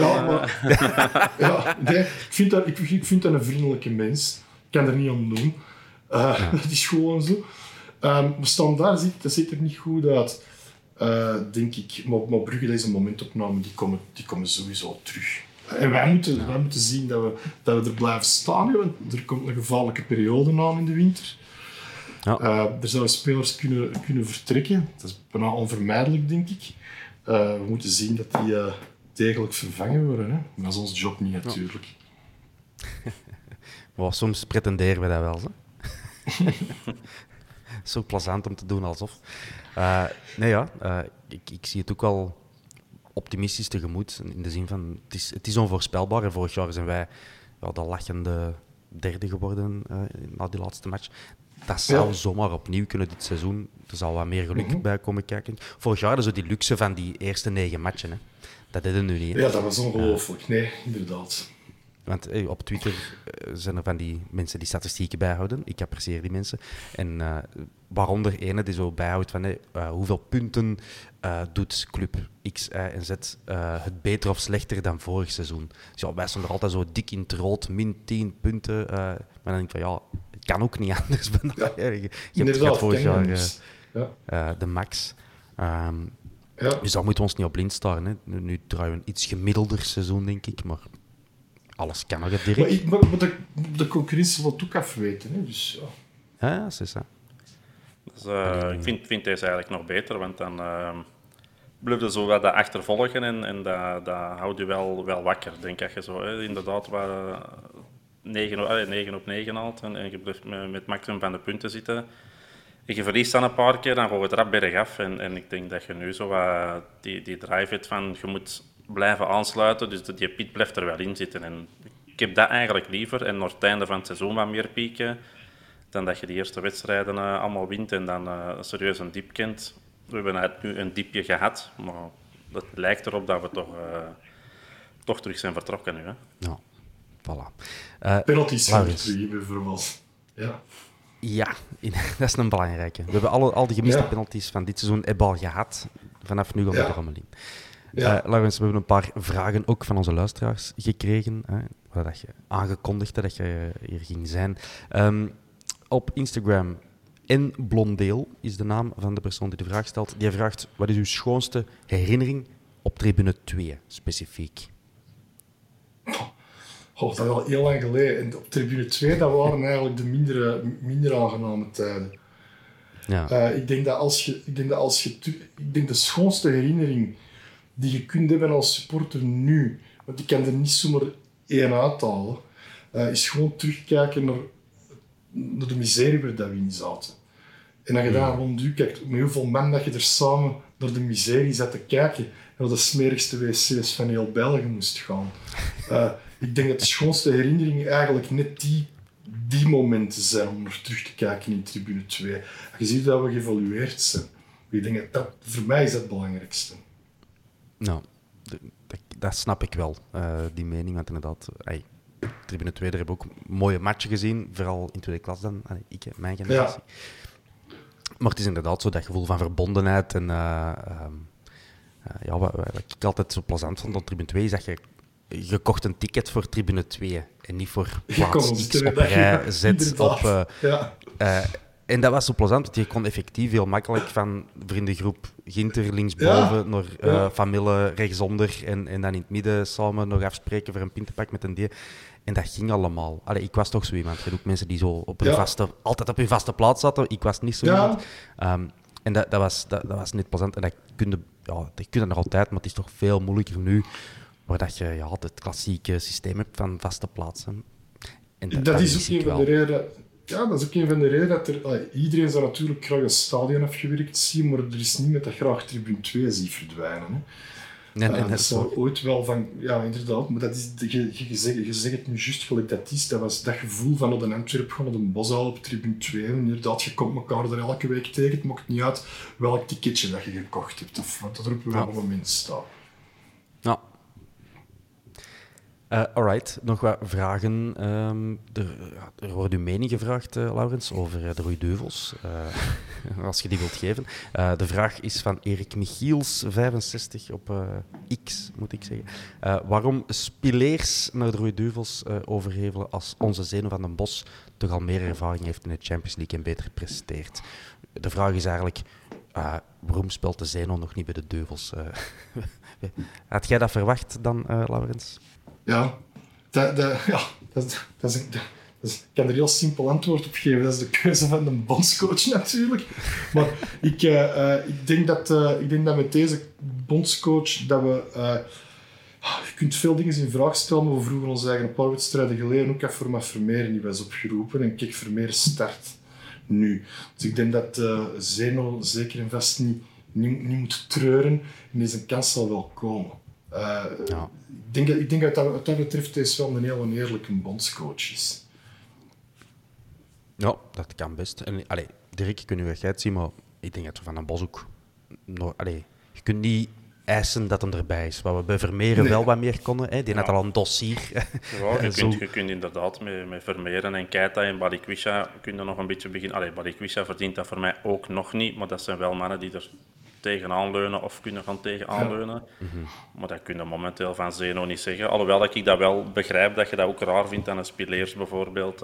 wel. Ik vind dat een vriendelijke mens. Ik kan er niet om doen. Dat is gewoon zo. Maar Standaard ziet er niet goed uit, denk ik. Maar Brugge, dat is een momentopname, die komen sowieso terug. En wij moeten zien dat we er blijven staan, want er komt een gevaarlijke periode aan in de winter. Ja. Er zouden spelers kunnen vertrekken. Dat is bijna onvermijdelijk, denk ik. We moeten zien dat die degelijk vervangen worden. Hè? Maar dat is onze job niet, natuurlijk. Maar soms pretenderen we dat wel. Zo plezant om te doen alsof. Ik zie het ook wel optimistisch tegemoet. In de zin van, het is onvoorspelbaar. En vorig jaar zijn wij de lachende derde geworden na die laatste match. Dat zou zomaar opnieuw kunnen dit seizoen. Er zal wat meer geluk bij komen kijken. Vorig jaar hadden ze die luxe van die eerste 9 matchen. Hè. Dat deden nu niet. Hè. Ja, dat was ongelooflijk. Nee, inderdaad. Want op Twitter zijn er van die mensen die statistieken bijhouden. Ik apprecieer die mensen. En waaronder ene die zo bijhoudt van hoeveel punten doet club X, Y en Z het beter of slechter dan vorig seizoen. Dus ja, wij stonden er altijd zo dik in het rood, min 10 punten. Maar dan denk ik van het kan ook niet anders. Je hebt vorig jaar de max. Dus daar moeten we ons niet op blind staren. Hè. Nu draaien we een iets gemiddelder seizoen, denk ik. Maar alles kan nog direct. Maar de concurrentie wil ook afweten. Hè? Dus, ja, is dat. Dus, ik vind deze eigenlijk nog beter, want dan blijf je zo wat dat achtervolgen en dat houdt je wel wakker, denk ik. Je zo, inderdaad, 9 op 9 haalt en je blijft met het maximum van de punten zitten. En je verliest dan een paar keer, dan gaat het rap bergaf. En ik denk dat je nu zo wat die drive hebt van je moet blijven aansluiten, dus die piek blijft er wel in zitten. En ik heb dat eigenlijk liever en naar het einde van het seizoen wat meer pieken dan dat je die eerste wedstrijden allemaal wint en dan serieus een diep kent. We hebben nu een diepje gehad, maar het lijkt erop dat we toch terug zijn vertrokken nu. Hè? Ja, voilà. Penalties zijn terug, bijvoorbeeld. Ja, dat is een belangrijke. We hebben al die gemiste penalties van dit seizoen al gehad. Vanaf nu gaan we er allemaal in. Laurens, we hebben een paar vragen ook van onze luisteraars gekregen. Dat je aangekondigd dat je hier ging zijn. Op Instagram, Blondeel is de naam van de persoon die de vraag stelt. Die vraagt, wat is uw schoonste herinnering op tribune 2 specifiek? Dat is al heel lang geleden. En op tribune 2, dat waren eigenlijk de minder aangename tijden. Ja. Ik denk de schoonste herinnering die je kunt hebben als supporter nu, want ik kan er niet zomaar één uithalen, is gewoon terugkijken naar de miserie waar dat we in zaten. En dat je daar rond u kijkt, met hoeveel man dat je er samen naar de miserie zat te kijken en naar de smerigste wc's van heel België moest gaan. Ik denk dat de schoonste herinneringen eigenlijk net die momenten zijn om naar terug te kijken in tribune 2. Je ziet dat we geëvolueerd zijn. Ik denk dat voor mij is dat het belangrijkste. Nou, dat snap ik wel, die mening. Want inderdaad, tribune 2, daar heb ik ook mooie matchen gezien. Vooral in tweede klas dan, mijn generatie. Ja. Maar het is inderdaad zo dat gevoel van verbondenheid. En wat ik altijd zo plezant vond op tribune 2 is dat je kocht een ticket voor tribune 2 en niet voor plaats X op rij Z. En dat was zo plezant, want je kon effectief heel makkelijk van vriendengroep Ginter linksboven naar Famille rechtsonder en dan in het midden samen nog afspreken voor een pintenpak met een D. En dat ging allemaal. Ik was toch zo iemand. Je hebt ook mensen die zo altijd op hun vaste plaats zaten. Ik was niet zo iemand. En dat was niet plezant. En dat kun je nog altijd, maar het is toch veel moeilijker nu, waar dat je het klassieke systeem hebt van vaste plaatsen. En dat is ook een van de redenen... Ja, dat is ook een van de redenen dat iedereen zou natuurlijk graag een stadion afgewerkt zien, maar er is niemand dat graag tribune 2 ziet verdwijnen. Hè. Dat zou ooit wel van... Ja, inderdaad, maar dat is, je zegt het nu juist gelijk dat is. Dat was dat gevoel van op een Antwerp gaan op een Bosuil op tribune 2. Inderdaad, je komt elkaar er elke week tegen. Het maakt niet uit welk ticketje dat je gekocht hebt of wat er op welk moment staat. Ja. Alright, nog wat vragen. Er wordt uw mening gevraagd, Laurens, over de Rode Duivels. Als je die wilt geven. De vraag is van Erik Michiels, 65 op X, moet ik zeggen. Waarom Spileers naar de Rode Duivels overhevelen als onze Zeno van den Bosch toch al meer ervaring heeft in de Champions League en beter presteert? De vraag is eigenlijk, waarom speelt de Zeno nog niet bij de Duivels? Had jij dat verwacht dan, Laurens? Ja, ik kan er een heel simpel antwoord op geven. Dat is de keuze van de bondscoach natuurlijk. Maar ik denk dat met deze bondscoach dat we... je kunt veel dingen in vraag stellen, maar we vroegen ons eigenlijk een paar wedstrijden geleden ook af voor maar Vermeer niet was opgeroepen. En kijk, Vermeer start nu. Dus ik denk dat Zeno zeker en vast niet moet treuren. En deze kans zal wel komen. Ik denk dat wat dat betreft is wel een heel eerlijke bondscoach is. Ja, dat kan best. En, Dirk, ik weet niet hoe jij het ziet, maar ik denk dat we Van den Bosch ook... je kunt niet eisen dat hem erbij is. Wat we bij Vermeeren wel wat meer konden. Hè. Die had al een dossier. Ja, je kunt inderdaad met Vermeeren en Keita en Balikwisha nog een beetje beginnen. Balikwisha verdient dat voor mij ook nog niet, maar dat zijn wel mannen die er tegenaan leunen of kunnen gaan tegenaan leunen. Mm-hmm. Maar dat kun je momenteel van Zeno niet zeggen. Alhoewel dat ik dat wel begrijp, dat je dat ook raar vindt dat een Spileers bijvoorbeeld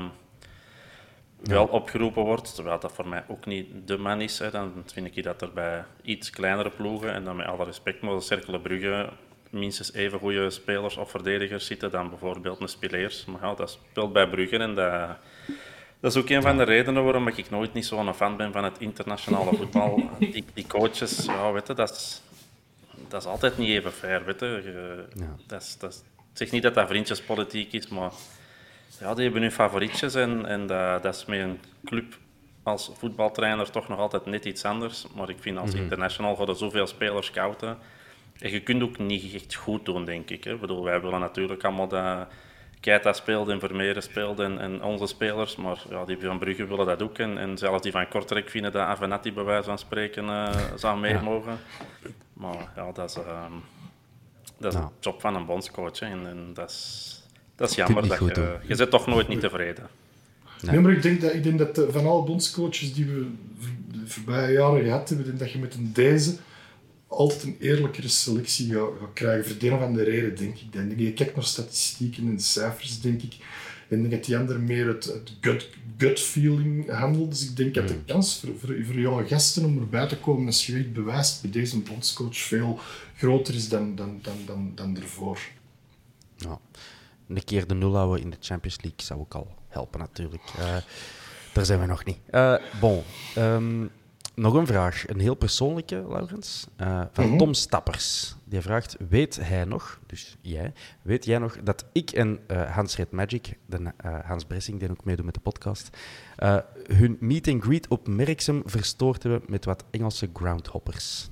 wel opgeroepen wordt. Terwijl dat voor mij ook niet de man is. Hè. Dan vind ik dat er bij iets kleinere ploegen, en dan met alle respect, maar de Cercle Brugge minstens even goede spelers of verdedigers zitten dan bijvoorbeeld een Spileers. Maar ja, dat speelt bij Brugge en dat is ook een van de redenen waarom ik nooit niet zo'n fan ben van het internationale voetbal. Die coaches, weet je, dat is altijd niet even fair. Weet je. Ik zeg niet dat dat vriendjespolitiek is, maar ja, die hebben hun favorietjes en dat is met een club als voetbaltrainer toch nog altijd net iets anders. Maar ik vind als international gaan er zoveel spelers scouten. En je kunt ook niet echt goed doen, denk ik. Hè. Ik bedoel, wij willen natuurlijk allemaal dat Keita speelt en Vermeeren speelt en onze spelers, maar ja, die van Brugge willen dat ook. En zelfs die van Kortrijk vinden dat Avenatti bij wijze van spreken zou mee mogen. Maar ja, dat is de job van een bondscoach. Hè. En dat is jammer. Je bent toch nooit niet tevreden. Nee, maar ik denk dat van alle bondscoaches die we de voorbije jaren gehad hebben, denk dat je met deze altijd een eerlijkere selectie gaat krijgen. Voor de een van de reden, denk ik. Je kijkt naar statistieken en cijfers, denk ik. En ik denk dat die anderen meer het gut feeling handelt. Dus ik denk dat de kans voor jonge gasten om erbij te komen, als je echt bewijst, bij deze bondscoach veel groter is dan ervoor. Ja. Een keer de nul houden in de Champions League zou ook al helpen, natuurlijk. Daar zijn we nog niet. Nog een vraag, een heel persoonlijke, Laurens, van Tom Stappers. Die vraagt, weet jij nog dat ik en Hans Red Magic, Hans Bressing, die ook meedoet met de podcast, hun meet and greet op Merksem verstoord hebben met wat Engelse groundhoppers?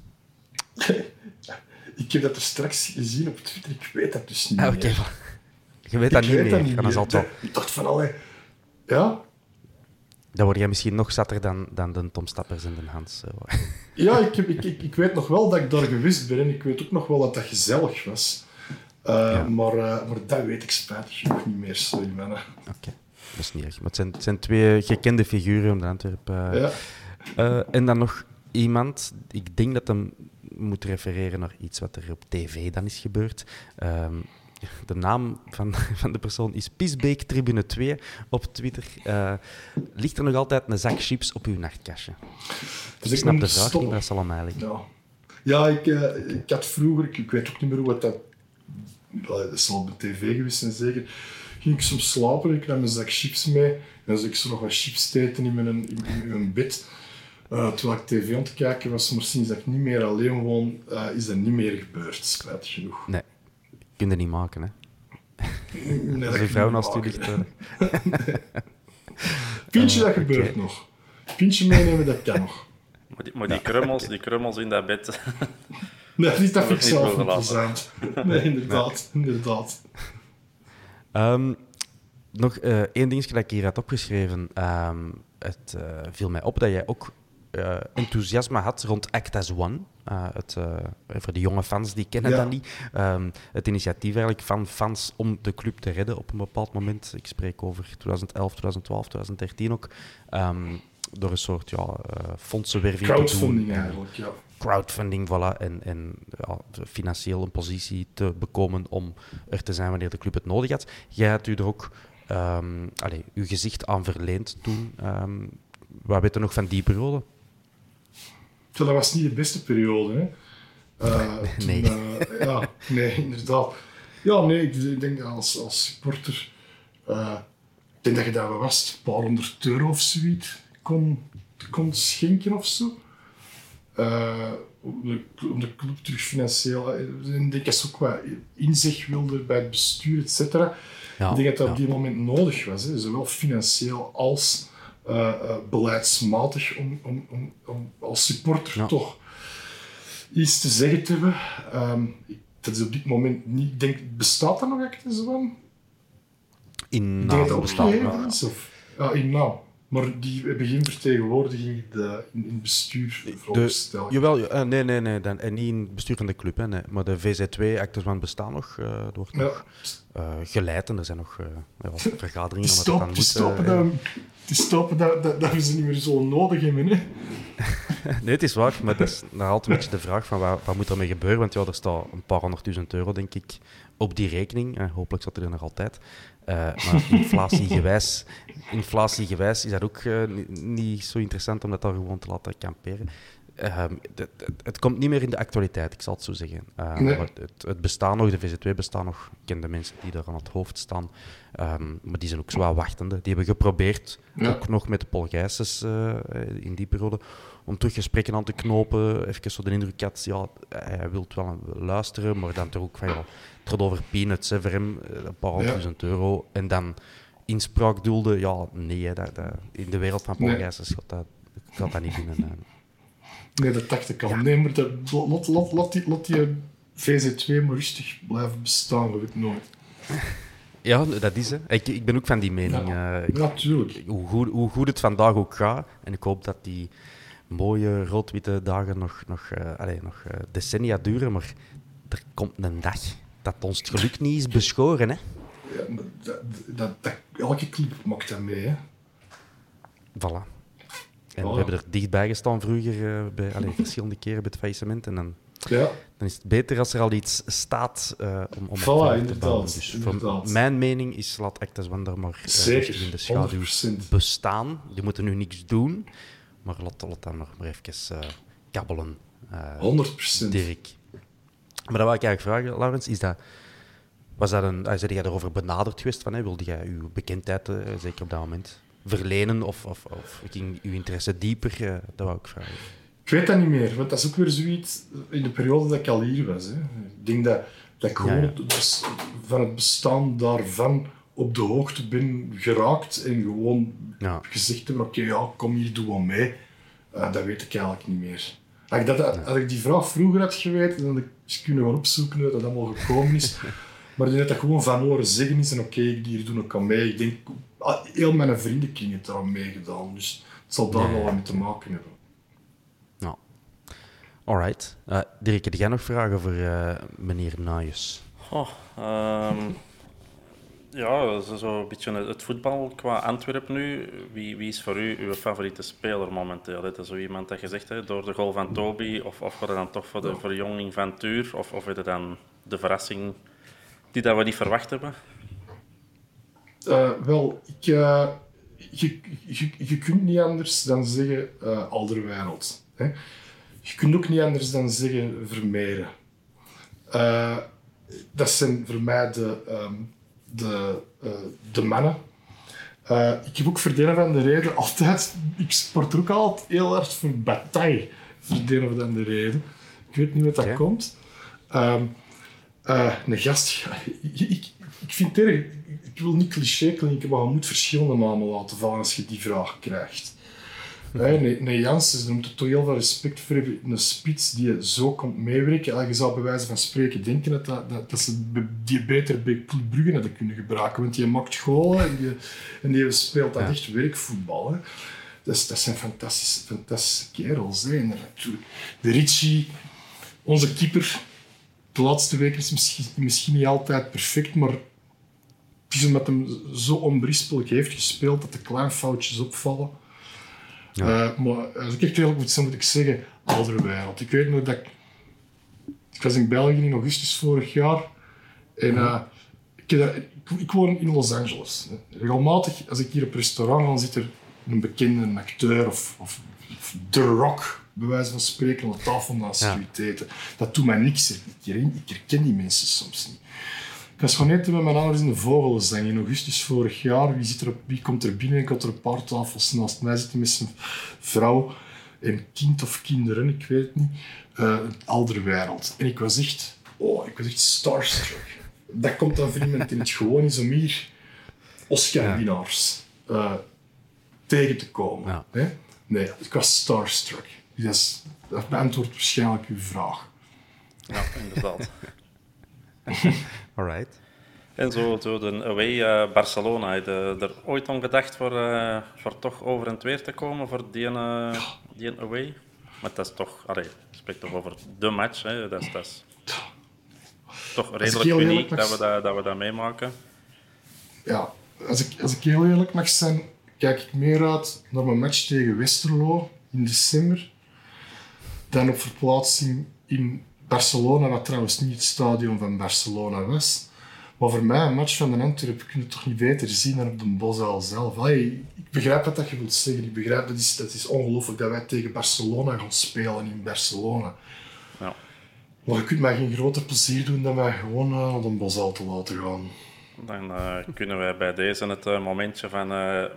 Ik heb dat er straks gezien op Twitter, ik weet dat dus niet meer. Je weet dat niet meer. Ik dacht van, ja... Dan word jij misschien nog zatter dan de Tom Stappers en de Hans. Ja, ik weet nog wel dat ik daar geweest ben en ik weet ook nog wel dat dat gezellig was. Maar dat weet ik spijtig nog niet meer, sorry mannen. Oké, dat is niet erg. Maar het zijn twee gekende figuren om de Antwerpen. En dan nog iemand, ik denk dat hem moet refereren naar iets wat er op tv dan is gebeurd. De naam van de persoon is Pisbeek Tribune 2 op Twitter. Ligt er nog altijd een zak chips op uw nachtkastje? Dus ik snap de vraag niet, maar dat zal aan mij liggen. Ja, ik had vroeger, ik weet ook niet meer hoe dat zal op de tv geweest zijn zeker, ging ik soms slapen, ik nam een zak chips mee en als ik zo nog wat chips eten in mijn bed, terwijl ik tv aan het kijken was, maar sinds dat ik niet meer alleen woon, is dat niet meer gebeurd, spijtig genoeg. Nee. Kun je niet maken, hè? Nee, als je vrouw naast u ligt. Pintje, dat gebeurt nog. Pintje meenemen, dat kan nog. Maar die krummels in dat bed... Nee, dat vind ik niet zelf wilde niet plezant. Nee, inderdaad. Nog één dingetje dat ik hier had opgeschreven. Het viel mij op dat jij ook enthousiasme had rond Act as One. Voor de jonge fans, die kennen dat niet. Het initiatief eigenlijk van fans om de club te redden op een bepaald moment. Ik spreek over 2011, 2012, 2013 ook. Door een soort fondsenwerving Crowdfunding te doen. eigenlijk, ja. Crowdfunding, voilà. En financieel een positie te bekomen om er te zijn wanneer de club het nodig had. Jij had u er ook uw gezicht aan verleend toen. Wat weet je nog van die periode? Dat was niet de beste periode, hè. Nee. Nee, inderdaad. Ja, nee, ik denk als supporter... ik denk dat je daar was, een paar €100 of zoiets kon schenken of zo. Om de club terug financieel... Ik denk dat ze ook wat inzicht wilde bij het bestuur, et cetera. Ik denk dat dat op die moment nodig was, hè. Zowel financieel als beleidsmatig om als supporter toch iets te zeggen te hebben. Dat is op dit moment niet... Ik denk, bestaat dat nog echt zo? In naam bestaat in naam. Maar die hebben geen vertegenwoordiging in het bestuur voorgesteld. Jawel, nee. En niet in het bestuur van de club. Hè, nee. Maar de VZ2, Act as One, bestaan nog. Er wordt nog geleid en er zijn nog vergaderingen. Die stoppen dat we ze niet meer zo nodig hebben. Hè? Nee, het is waar. Maar dat is nog altijd een beetje de vraag van wat moet ermee gebeuren. Want er staat een paar €100.000, denk ik, op die rekening. Hopelijk zat er nog altijd. Maar inflatiegewijs is dat ook niet zo interessant om dat daar gewoon te laten kamperen. Het komt niet meer in de actualiteit, ik zal het zo zeggen. Nee. Maar het bestaat nog, de VZ2 bestaan nog. Ik ken de mensen die daar aan het hoofd staan. Maar die zijn ook zo wachtende. Die hebben geprobeerd, ook nog met Paul Gijsens in die periode, om terug gesprekken aan te knopen. Even zo de indruk had, hij wil wel luisteren, maar dan toch ook van, het gaat over peanuts voor hem, een paar €100.000. En dan inspraak doelde, nee, in de wereld van Paul Gijsens gaat dat niet binnen. Nee, dat dacht ik al. Nee, maar laat die VZ2 maar rustig blijven bestaan, dat weet ik nooit. Ja, dat is het. Ik ben ook van die mening. Natuurlijk. Hoe goed het vandaag ook gaat, en ik hoop dat die mooie rood-witte dagen nog decennia duren, maar er komt een dag dat ons het geluk niet is beschoren, hè? Ja, elke club maakt dat mee, hè? Voilà. En we hebben er dichtbij gestaan vroeger, verschillende keren bij het faillissement. En dan is het beter als er al iets staat om het te bouwen. Dus mijn mening is, laat Act as One daar maar in de schaduw 100%. Bestaan. Die moeten nu niks doen, maar laat dan nog maar even kabbelen. 100%. Dirk. Maar dat wil ik eigenlijk vragen, Laurens, zijn jij erover benaderd geweest? Wilde jij uw bekendheid, zeker op dat moment, verlenen of ging uw interesse dieper? Dat wou ik vragen. Ik weet dat niet meer, want dat is ook weer zoiets in de periode dat ik al hier was. Hè. Ik denk dat ik gewoon van het bestaan daarvan op de hoogte ben geraakt en gewoon gezegd heb, kom hier, doe wel mee. Dat weet ik eigenlijk niet meer. Als ik die vraag vroeger had geweten, dan had ik eens kunnen gaan opzoeken hoe dat allemaal gekomen is. Maar ik denk dat dat gewoon van horen zeggen is en hier doen ook aan mee. Ik denk, heel mijn vriendenkring heeft daar aan meegedaan, dus het zal daar wel wat mee te maken hebben. Nou, alright. Dirk, heb jij nog vragen voor meneer Nuyens? Zo een beetje het voetbal qua Antwerpen nu. Wie is voor u uw favoriete speler momenteel? Dat is zo iemand dat je zegt, door de goal van Toby, of gaat het dan toch voor de verjonging van Tuur, of is het dan de verrassing die dat we niet verwacht hebben? Je kunt niet anders dan zeggen Alderweireld. Hè? Je kunt ook niet anders dan zeggen Vermeeren. Dat zijn voor mij de mannen. Ik heb ook Verdenen van de Reden altijd... Ik sport er ook altijd heel hard voor Bataille. Verdenen van de Reden. Ik weet niet wat dat komt. Een gast... Ik ik vind het erg. Ik wil niet cliché klinken, maar je moet verschillende namen laten vallen als je die vraag krijgt. Nee, Janssens, daar moet je toch heel veel respect voor hebben. Een spits die zo komt meewerken. Je zou bij wijze van spreken denken dat ze die beter bij Club Brugge hadden kunnen gebruiken. Want die maakt goalen en die speelt dat echt werkvoetbal. Hè. Dat zijn fantastische kerels. Hè. En natuurlijk, de Ritchie, onze keeper, de laatste weken is misschien niet altijd perfect, maar het is omdat hem zo onberispelijk heeft gespeeld dat de kleine foutjes opvallen. Ja. Maar als ik echt eerlijk moet zijn, moet ik zeggen, Alderweireld. Ik weet nog dat ik was in België in augustus vorig jaar en ik woon in Los Angeles. Regelmatig, als ik hier op restaurant ga, zit er een bekende acteur of The Rock, bij wijze van spreken, aan de tafel naast je eten. Dat doet mij niks. Ik herken die mensen soms niet. Ik was gewoon eten met mijn ouders in de Vogelenzang in augustus vorig jaar. Wie komt er binnen? Ik had er een paar tafels naast mij zitten met zijn vrouw en kind of kinderen, ik weet het niet. Alderweireld. En ik was echt starstruck. Dat komt dan voor iemand die het gewoon is om hier Oscar-winnaars tegen te komen. Ja. Hè? Nee, ik was starstruck. Dus dat beantwoordt waarschijnlijk uw vraag. Ja, inderdaad. Alright. En zo de away Barcelona. Heb je er ooit om gedacht voor toch over en weer te komen voor die away? Maar dat is toch, je spreekt toch over de match. Hè? Dat is toch redelijk uniek dat we dat meemaken. Ja, als ik heel eerlijk mag zijn, kijk ik meer uit naar mijn match tegen Westerlo in december dan op verplaatsing in Barcelona, wat trouwens niet het stadion van Barcelona was. Maar voor mij, een match van de Antwerpen kun je toch niet beter zien dan op de Bosuil zelf. Ik begrijp wat je wilt zeggen. Ik begrijp, dat is ongelooflijk dat wij tegen Barcelona gaan spelen in Barcelona. Ja. Maar je kunt mij geen groter plezier doen dan mij gewoon naar de Bosuil te laten gaan. Dan kunnen wij bij deze het momentje van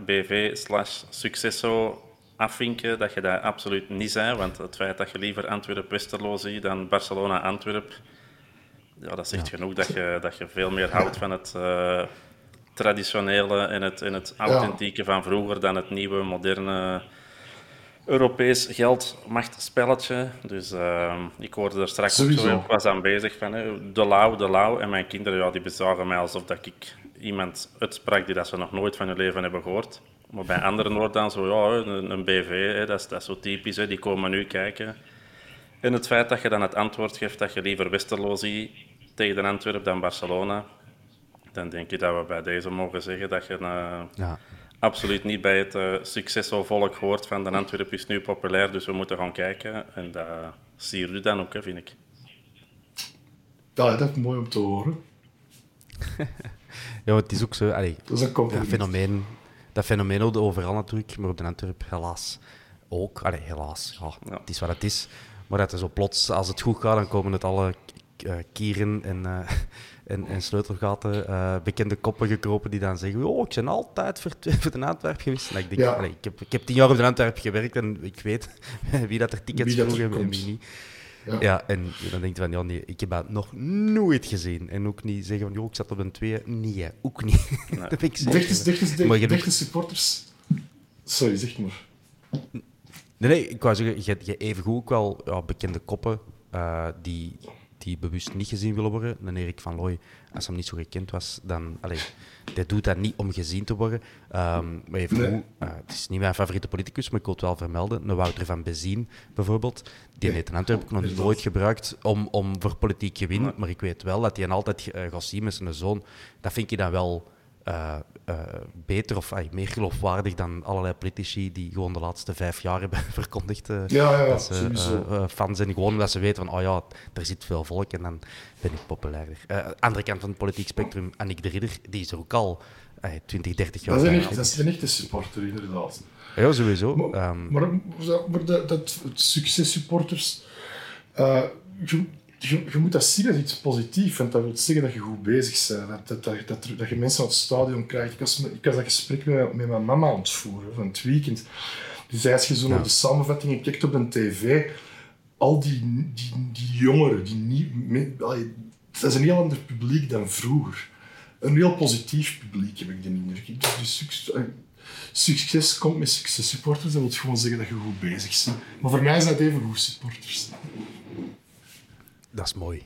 BV/Successo afvinken dat je dat absoluut niet bent. Want het feit dat je liever Antwerp-Westerlo ziet dan Barcelona-Antwerp, ja, dat zegt genoeg dat je veel meer houdt van het traditionele en het authentieke van vroeger dan het nieuwe, moderne Europees geldmachtspelletje. Dus ik hoorde er straks ook zo, ik was aan bezig van de Lau. En mijn kinderen die bezagen mij alsof dat ik iemand uitsprak die dat ze nog nooit van hun leven hebben gehoord. Maar bij anderen wordt dan zo, een BV, dat is zo typisch, die komen nu kijken. En het feit dat je dan het antwoord geeft dat je liever Westerlo ziet tegen de Antwerp dan Barcelona, dan denk je dat we bij deze mogen zeggen dat je absoluut niet bij het Successo-volk hoort van de Antwerp is nu populair, dus we moeten gaan kijken. En dat zie je dan ook, vind ik. Ja, dat is mooi om te horen. Ja, het is ook zo. Dat is een compliment. Dat fenomeen hoorde overal natuurlijk, maar op de Antwerp helaas ook. Helaas. Ja, het is wat het is. Maar dat is zo plots, als het goed gaat, dan komen het alle kieren en sleutelgaten, bekende koppen gekropen die dan zeggen, ik ben altijd voor de Antwerp geweest. En ik denk, ik heb 10 jaar op de Antwerp gewerkt en ik weet wie dat er tickets vroeg en wie niet. Ja, en dan denk je van, nee, ik heb dat nog nooit gezien. En ook niet zeggen van, ik zat op een 2. Nee, ook niet. Dat heb ik zeker. De supporters... Sorry, zeg maar. Nee, ik wou zeggen, je hebt evengoed ook wel bekende koppen die bewust niet gezien willen worden. Dan Erik van Looy, als hem niet zo gekend was, dan... die doet dat niet om gezien te worden. Maar evengoed, het is niet mijn favoriete politicus, maar ik wil het wel vermelden. Een Wouter van Bezien, bijvoorbeeld. Die heeft in Antwerpen nog nooit gebruikt om voor politiek gewin. Maar ik weet wel dat hij altijd gaat zien met zijn zoon. Dat vind ik dan wel... beter of meer geloofwaardig dan allerlei politici die gewoon de laatste 5 jaar hebben verkondigd dat ze fan zijn. Gewoon omdat ze weten van, er zit veel volk en dan ben ik populairder. Andere kant van het politiek spectrum, Annick de Ridder, die is er ook al 20, 30 jaar. Dat is een echte supporter, inderdaad. Ja, sowieso. Maar dat successupporters... Je moet dat zien als iets positiefs, want dat wil zeggen dat je goed bezig bent. Dat je mensen aan het stadion krijgt. Ik was dat gesprek met mijn mama aan het voeren van het weekend. Dus als je zo naar de samenvattingen kijkt op de tv, al die jongeren, dat is een heel ander publiek dan vroeger. een heel positief publiek, heb ik de indruk. Dus succes komt met successupporters. Dat wil gewoon zeggen dat je goed bezig bent. Maar voor mij zijn dat even goed supporters. Dat is mooi.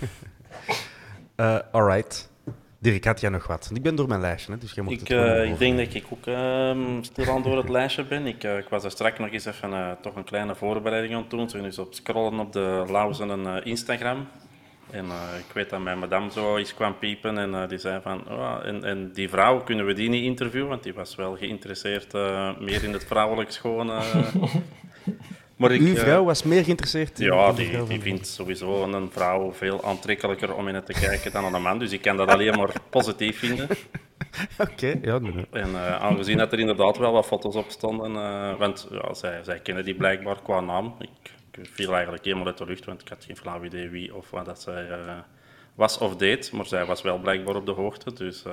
Alright. Dirk, had jij nog wat? Ik ben door mijn lijstje, hè, dus jij moet het ik denk dat ik ook stilaan door het lijstje ben. Ik was er straks nog eens even toch een kleine voorbereiding aan het doen. Toen is op scrollen op de Lauzen en Instagram. En ik weet dat mijn madame zo eens kwam piepen en die zei van... en die vrouw, kunnen we die niet interviewen? Want die was wel geïnteresseerd meer in het vrouwelijk schoon. Maar uw vrouw was meer geïnteresseerd in... Ja, die vindt sowieso een vrouw veel aantrekkelijker om in het te kijken dan een man. Dus ik kan dat alleen maar positief vinden. Oké, ja. Nee. En aangezien dat er inderdaad wel wat foto's op stonden... want ja, zij kennen die blijkbaar qua naam. Ik viel eigenlijk helemaal uit de lucht, want ik had geen flauw idee wie of wat dat zij was of deed. Maar zij was wel blijkbaar op de hoogte, dus...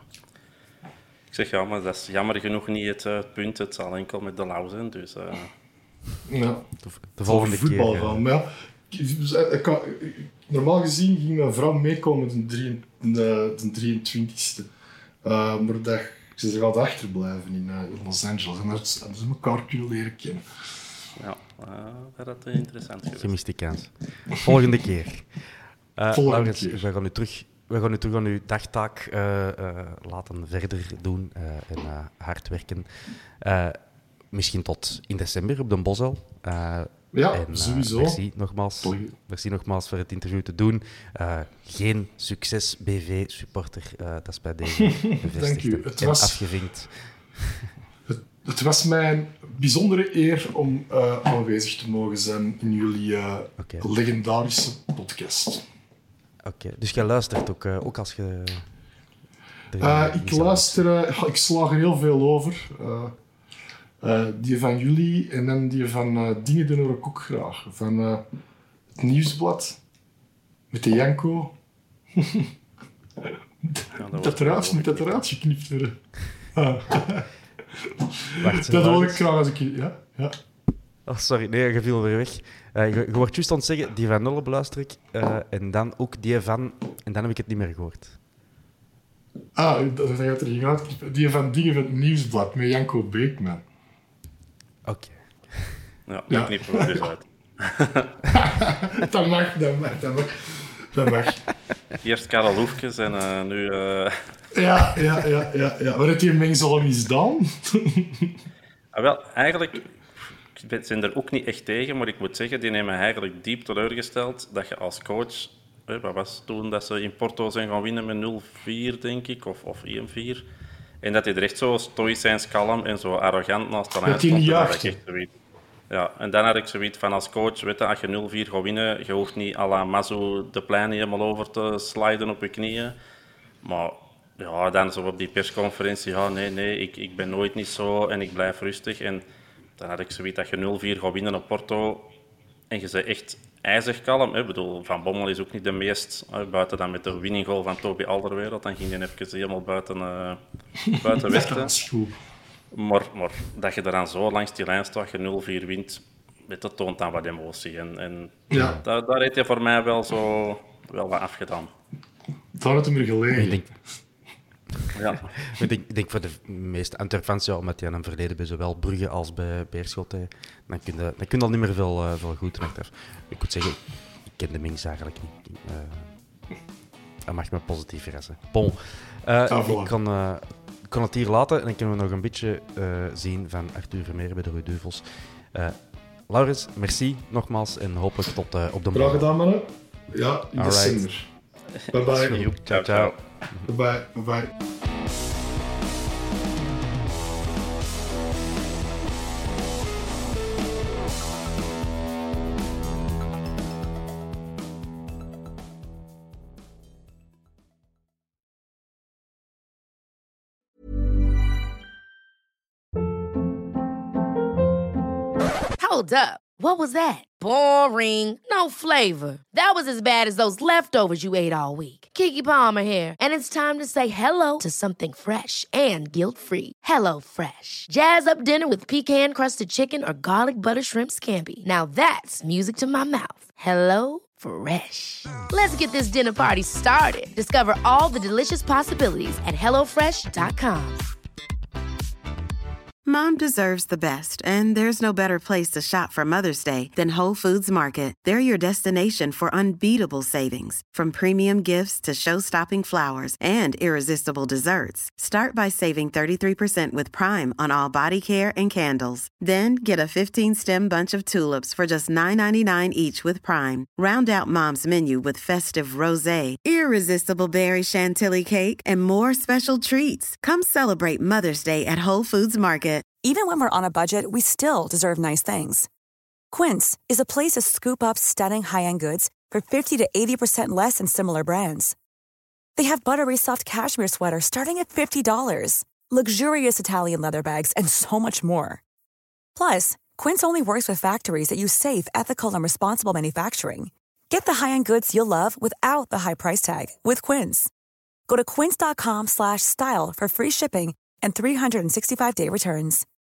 ik zeg, ja, maar dat is jammer genoeg niet het punt. Het zal enkel met de Lau zijn, dus... Ja, de volgende voetbal keer. Gaan. Maar ja, normaal gezien ging mijn vrouw meekomen de 23e. Maar ze gaat achterblijven in Los Angeles. En dat ze elkaar kunnen leren kennen. Ja, dat had interessant geweest. Gemist die kans. Volgende keer. Laurens, keer. we gaan u terug aan uw dagtaak laten verder doen en hard werken. Misschien tot in december op de Bosel. Ja, sowieso. Merci nogmaals voor het interview te doen. Geen succes BV-supporter, dat is bij deze bevestigd. Dank u. En afgevinkt. Het was mijn bijzondere eer om aanwezig te mogen zijn in jullie legendarische podcast. Oké, dus jij luistert ook als je... Ik luister... ik slaag er heel veel over. Die van jullie en dan die van Dingen doen ik ook graag. Van het Nieuwsblad. Met de Janko. Moet dat eruit geknipt worden? Wacht, dat hoor ik graag als ik... Ja? Oh, sorry, nee, je viel weer weg. Je wordt juist aan het zeggen, die van Nolle beluister ik. En dan ook die van... En dan heb ik het niet meer gehoord. Dat gaat er ging uitknippen. Die van Dingen van het Nieuwsblad met Janko Beekman. Oké. Ja, die knippen we dus uit. Dat mag. Eerst Karel Hoefkes en nu... Ja. Wat heeft die mengsel al misdaan? Wel, eigenlijk... Ik ben er ook niet echt tegen, maar ik moet zeggen, die nemen eigenlijk diep teleurgesteld dat je als coach... Wat was toen dat ze in Porto zijn gaan winnen met 0-4, denk ik, of 1-4. En dat hij er echt zo stoïcijns kalm en zo arrogant naast de lijn stond. Ja, en dan had ik zoiets van als coach, weet je, als je 0-4 gaat winnen, je hoeft niet à la Mazou de plein helemaal over te sliden op je knieën. Maar ja, dan zo op die persconferentie, ja, nee, ik ben nooit niet zo en ik blijf rustig. En dan had ik zoiets dat je 0-4 gaat winnen op Porto en je bent echt ijzig kalm. Ik bedoel, Van Bommel is ook niet de meest, buiten dan met de winning goal van Toby Alderweireld, dan ging hij even helemaal buiten Westen. Dat is goed. Maar dat je er dan zo langs die lijn staat, je 0-4 wint, dat toont dan wat emotie. En ja. Daar heeft hij voor mij wel wat afgedaan. Daar had hem er gelegen. Ja. Ik denk voor de meeste Antwerpfans, ja, omdat hij een verleden bij zowel Brugge als bij Beerschot, dan kun je al niet meer veel goed doen. Ik moet zeggen, ik ken de Minks eigenlijk niet. Dat mag me positief verrassen. Bon, ik kan het hier laten en dan kunnen we nog een beetje zien van Arthur Vermeer bij de Rode Duivels. Laurens, merci nogmaals en hopelijk tot op de morgen. Graag gedaan, mannen. Ja, in december. Bye-bye. Ciao. Bye-bye. Hold up. What was that? Boring. No flavor. That was as bad as those leftovers you ate all week. Keke Palmer here, and it's time to say hello to something fresh and guilt-free. Hello Fresh. Jazz up dinner with pecan-crusted chicken or garlic butter shrimp scampi. Now that's music to my mouth. Hello Fresh. Let's get this dinner party started. Discover all the delicious possibilities at HelloFresh.com. Mom deserves the best, and there's no better place to shop for Mother's Day than Whole Foods Market. They're your destination for unbeatable savings, from premium gifts to show-stopping flowers and irresistible desserts. Start by saving 33% with Prime on all body care and candles. Then get a 15-stem bunch of tulips for just $9.99 each with Prime. Round out Mom's menu with festive rosé, irresistible berry chantilly cake, and more special treats. Come celebrate Mother's Day at Whole Foods Market. Even when we're on a budget, we still deserve nice things. Quince is a place to scoop up stunning high-end goods for 50 to 80% less than similar brands. They have buttery soft cashmere sweaters starting at $50, luxurious Italian leather bags, and so much more. Plus, Quince only works with factories that use safe, ethical, and responsible manufacturing. Get the high-end goods you'll love without the high price tag with Quince. Go to quince.com/style for free shipping and 365-day returns.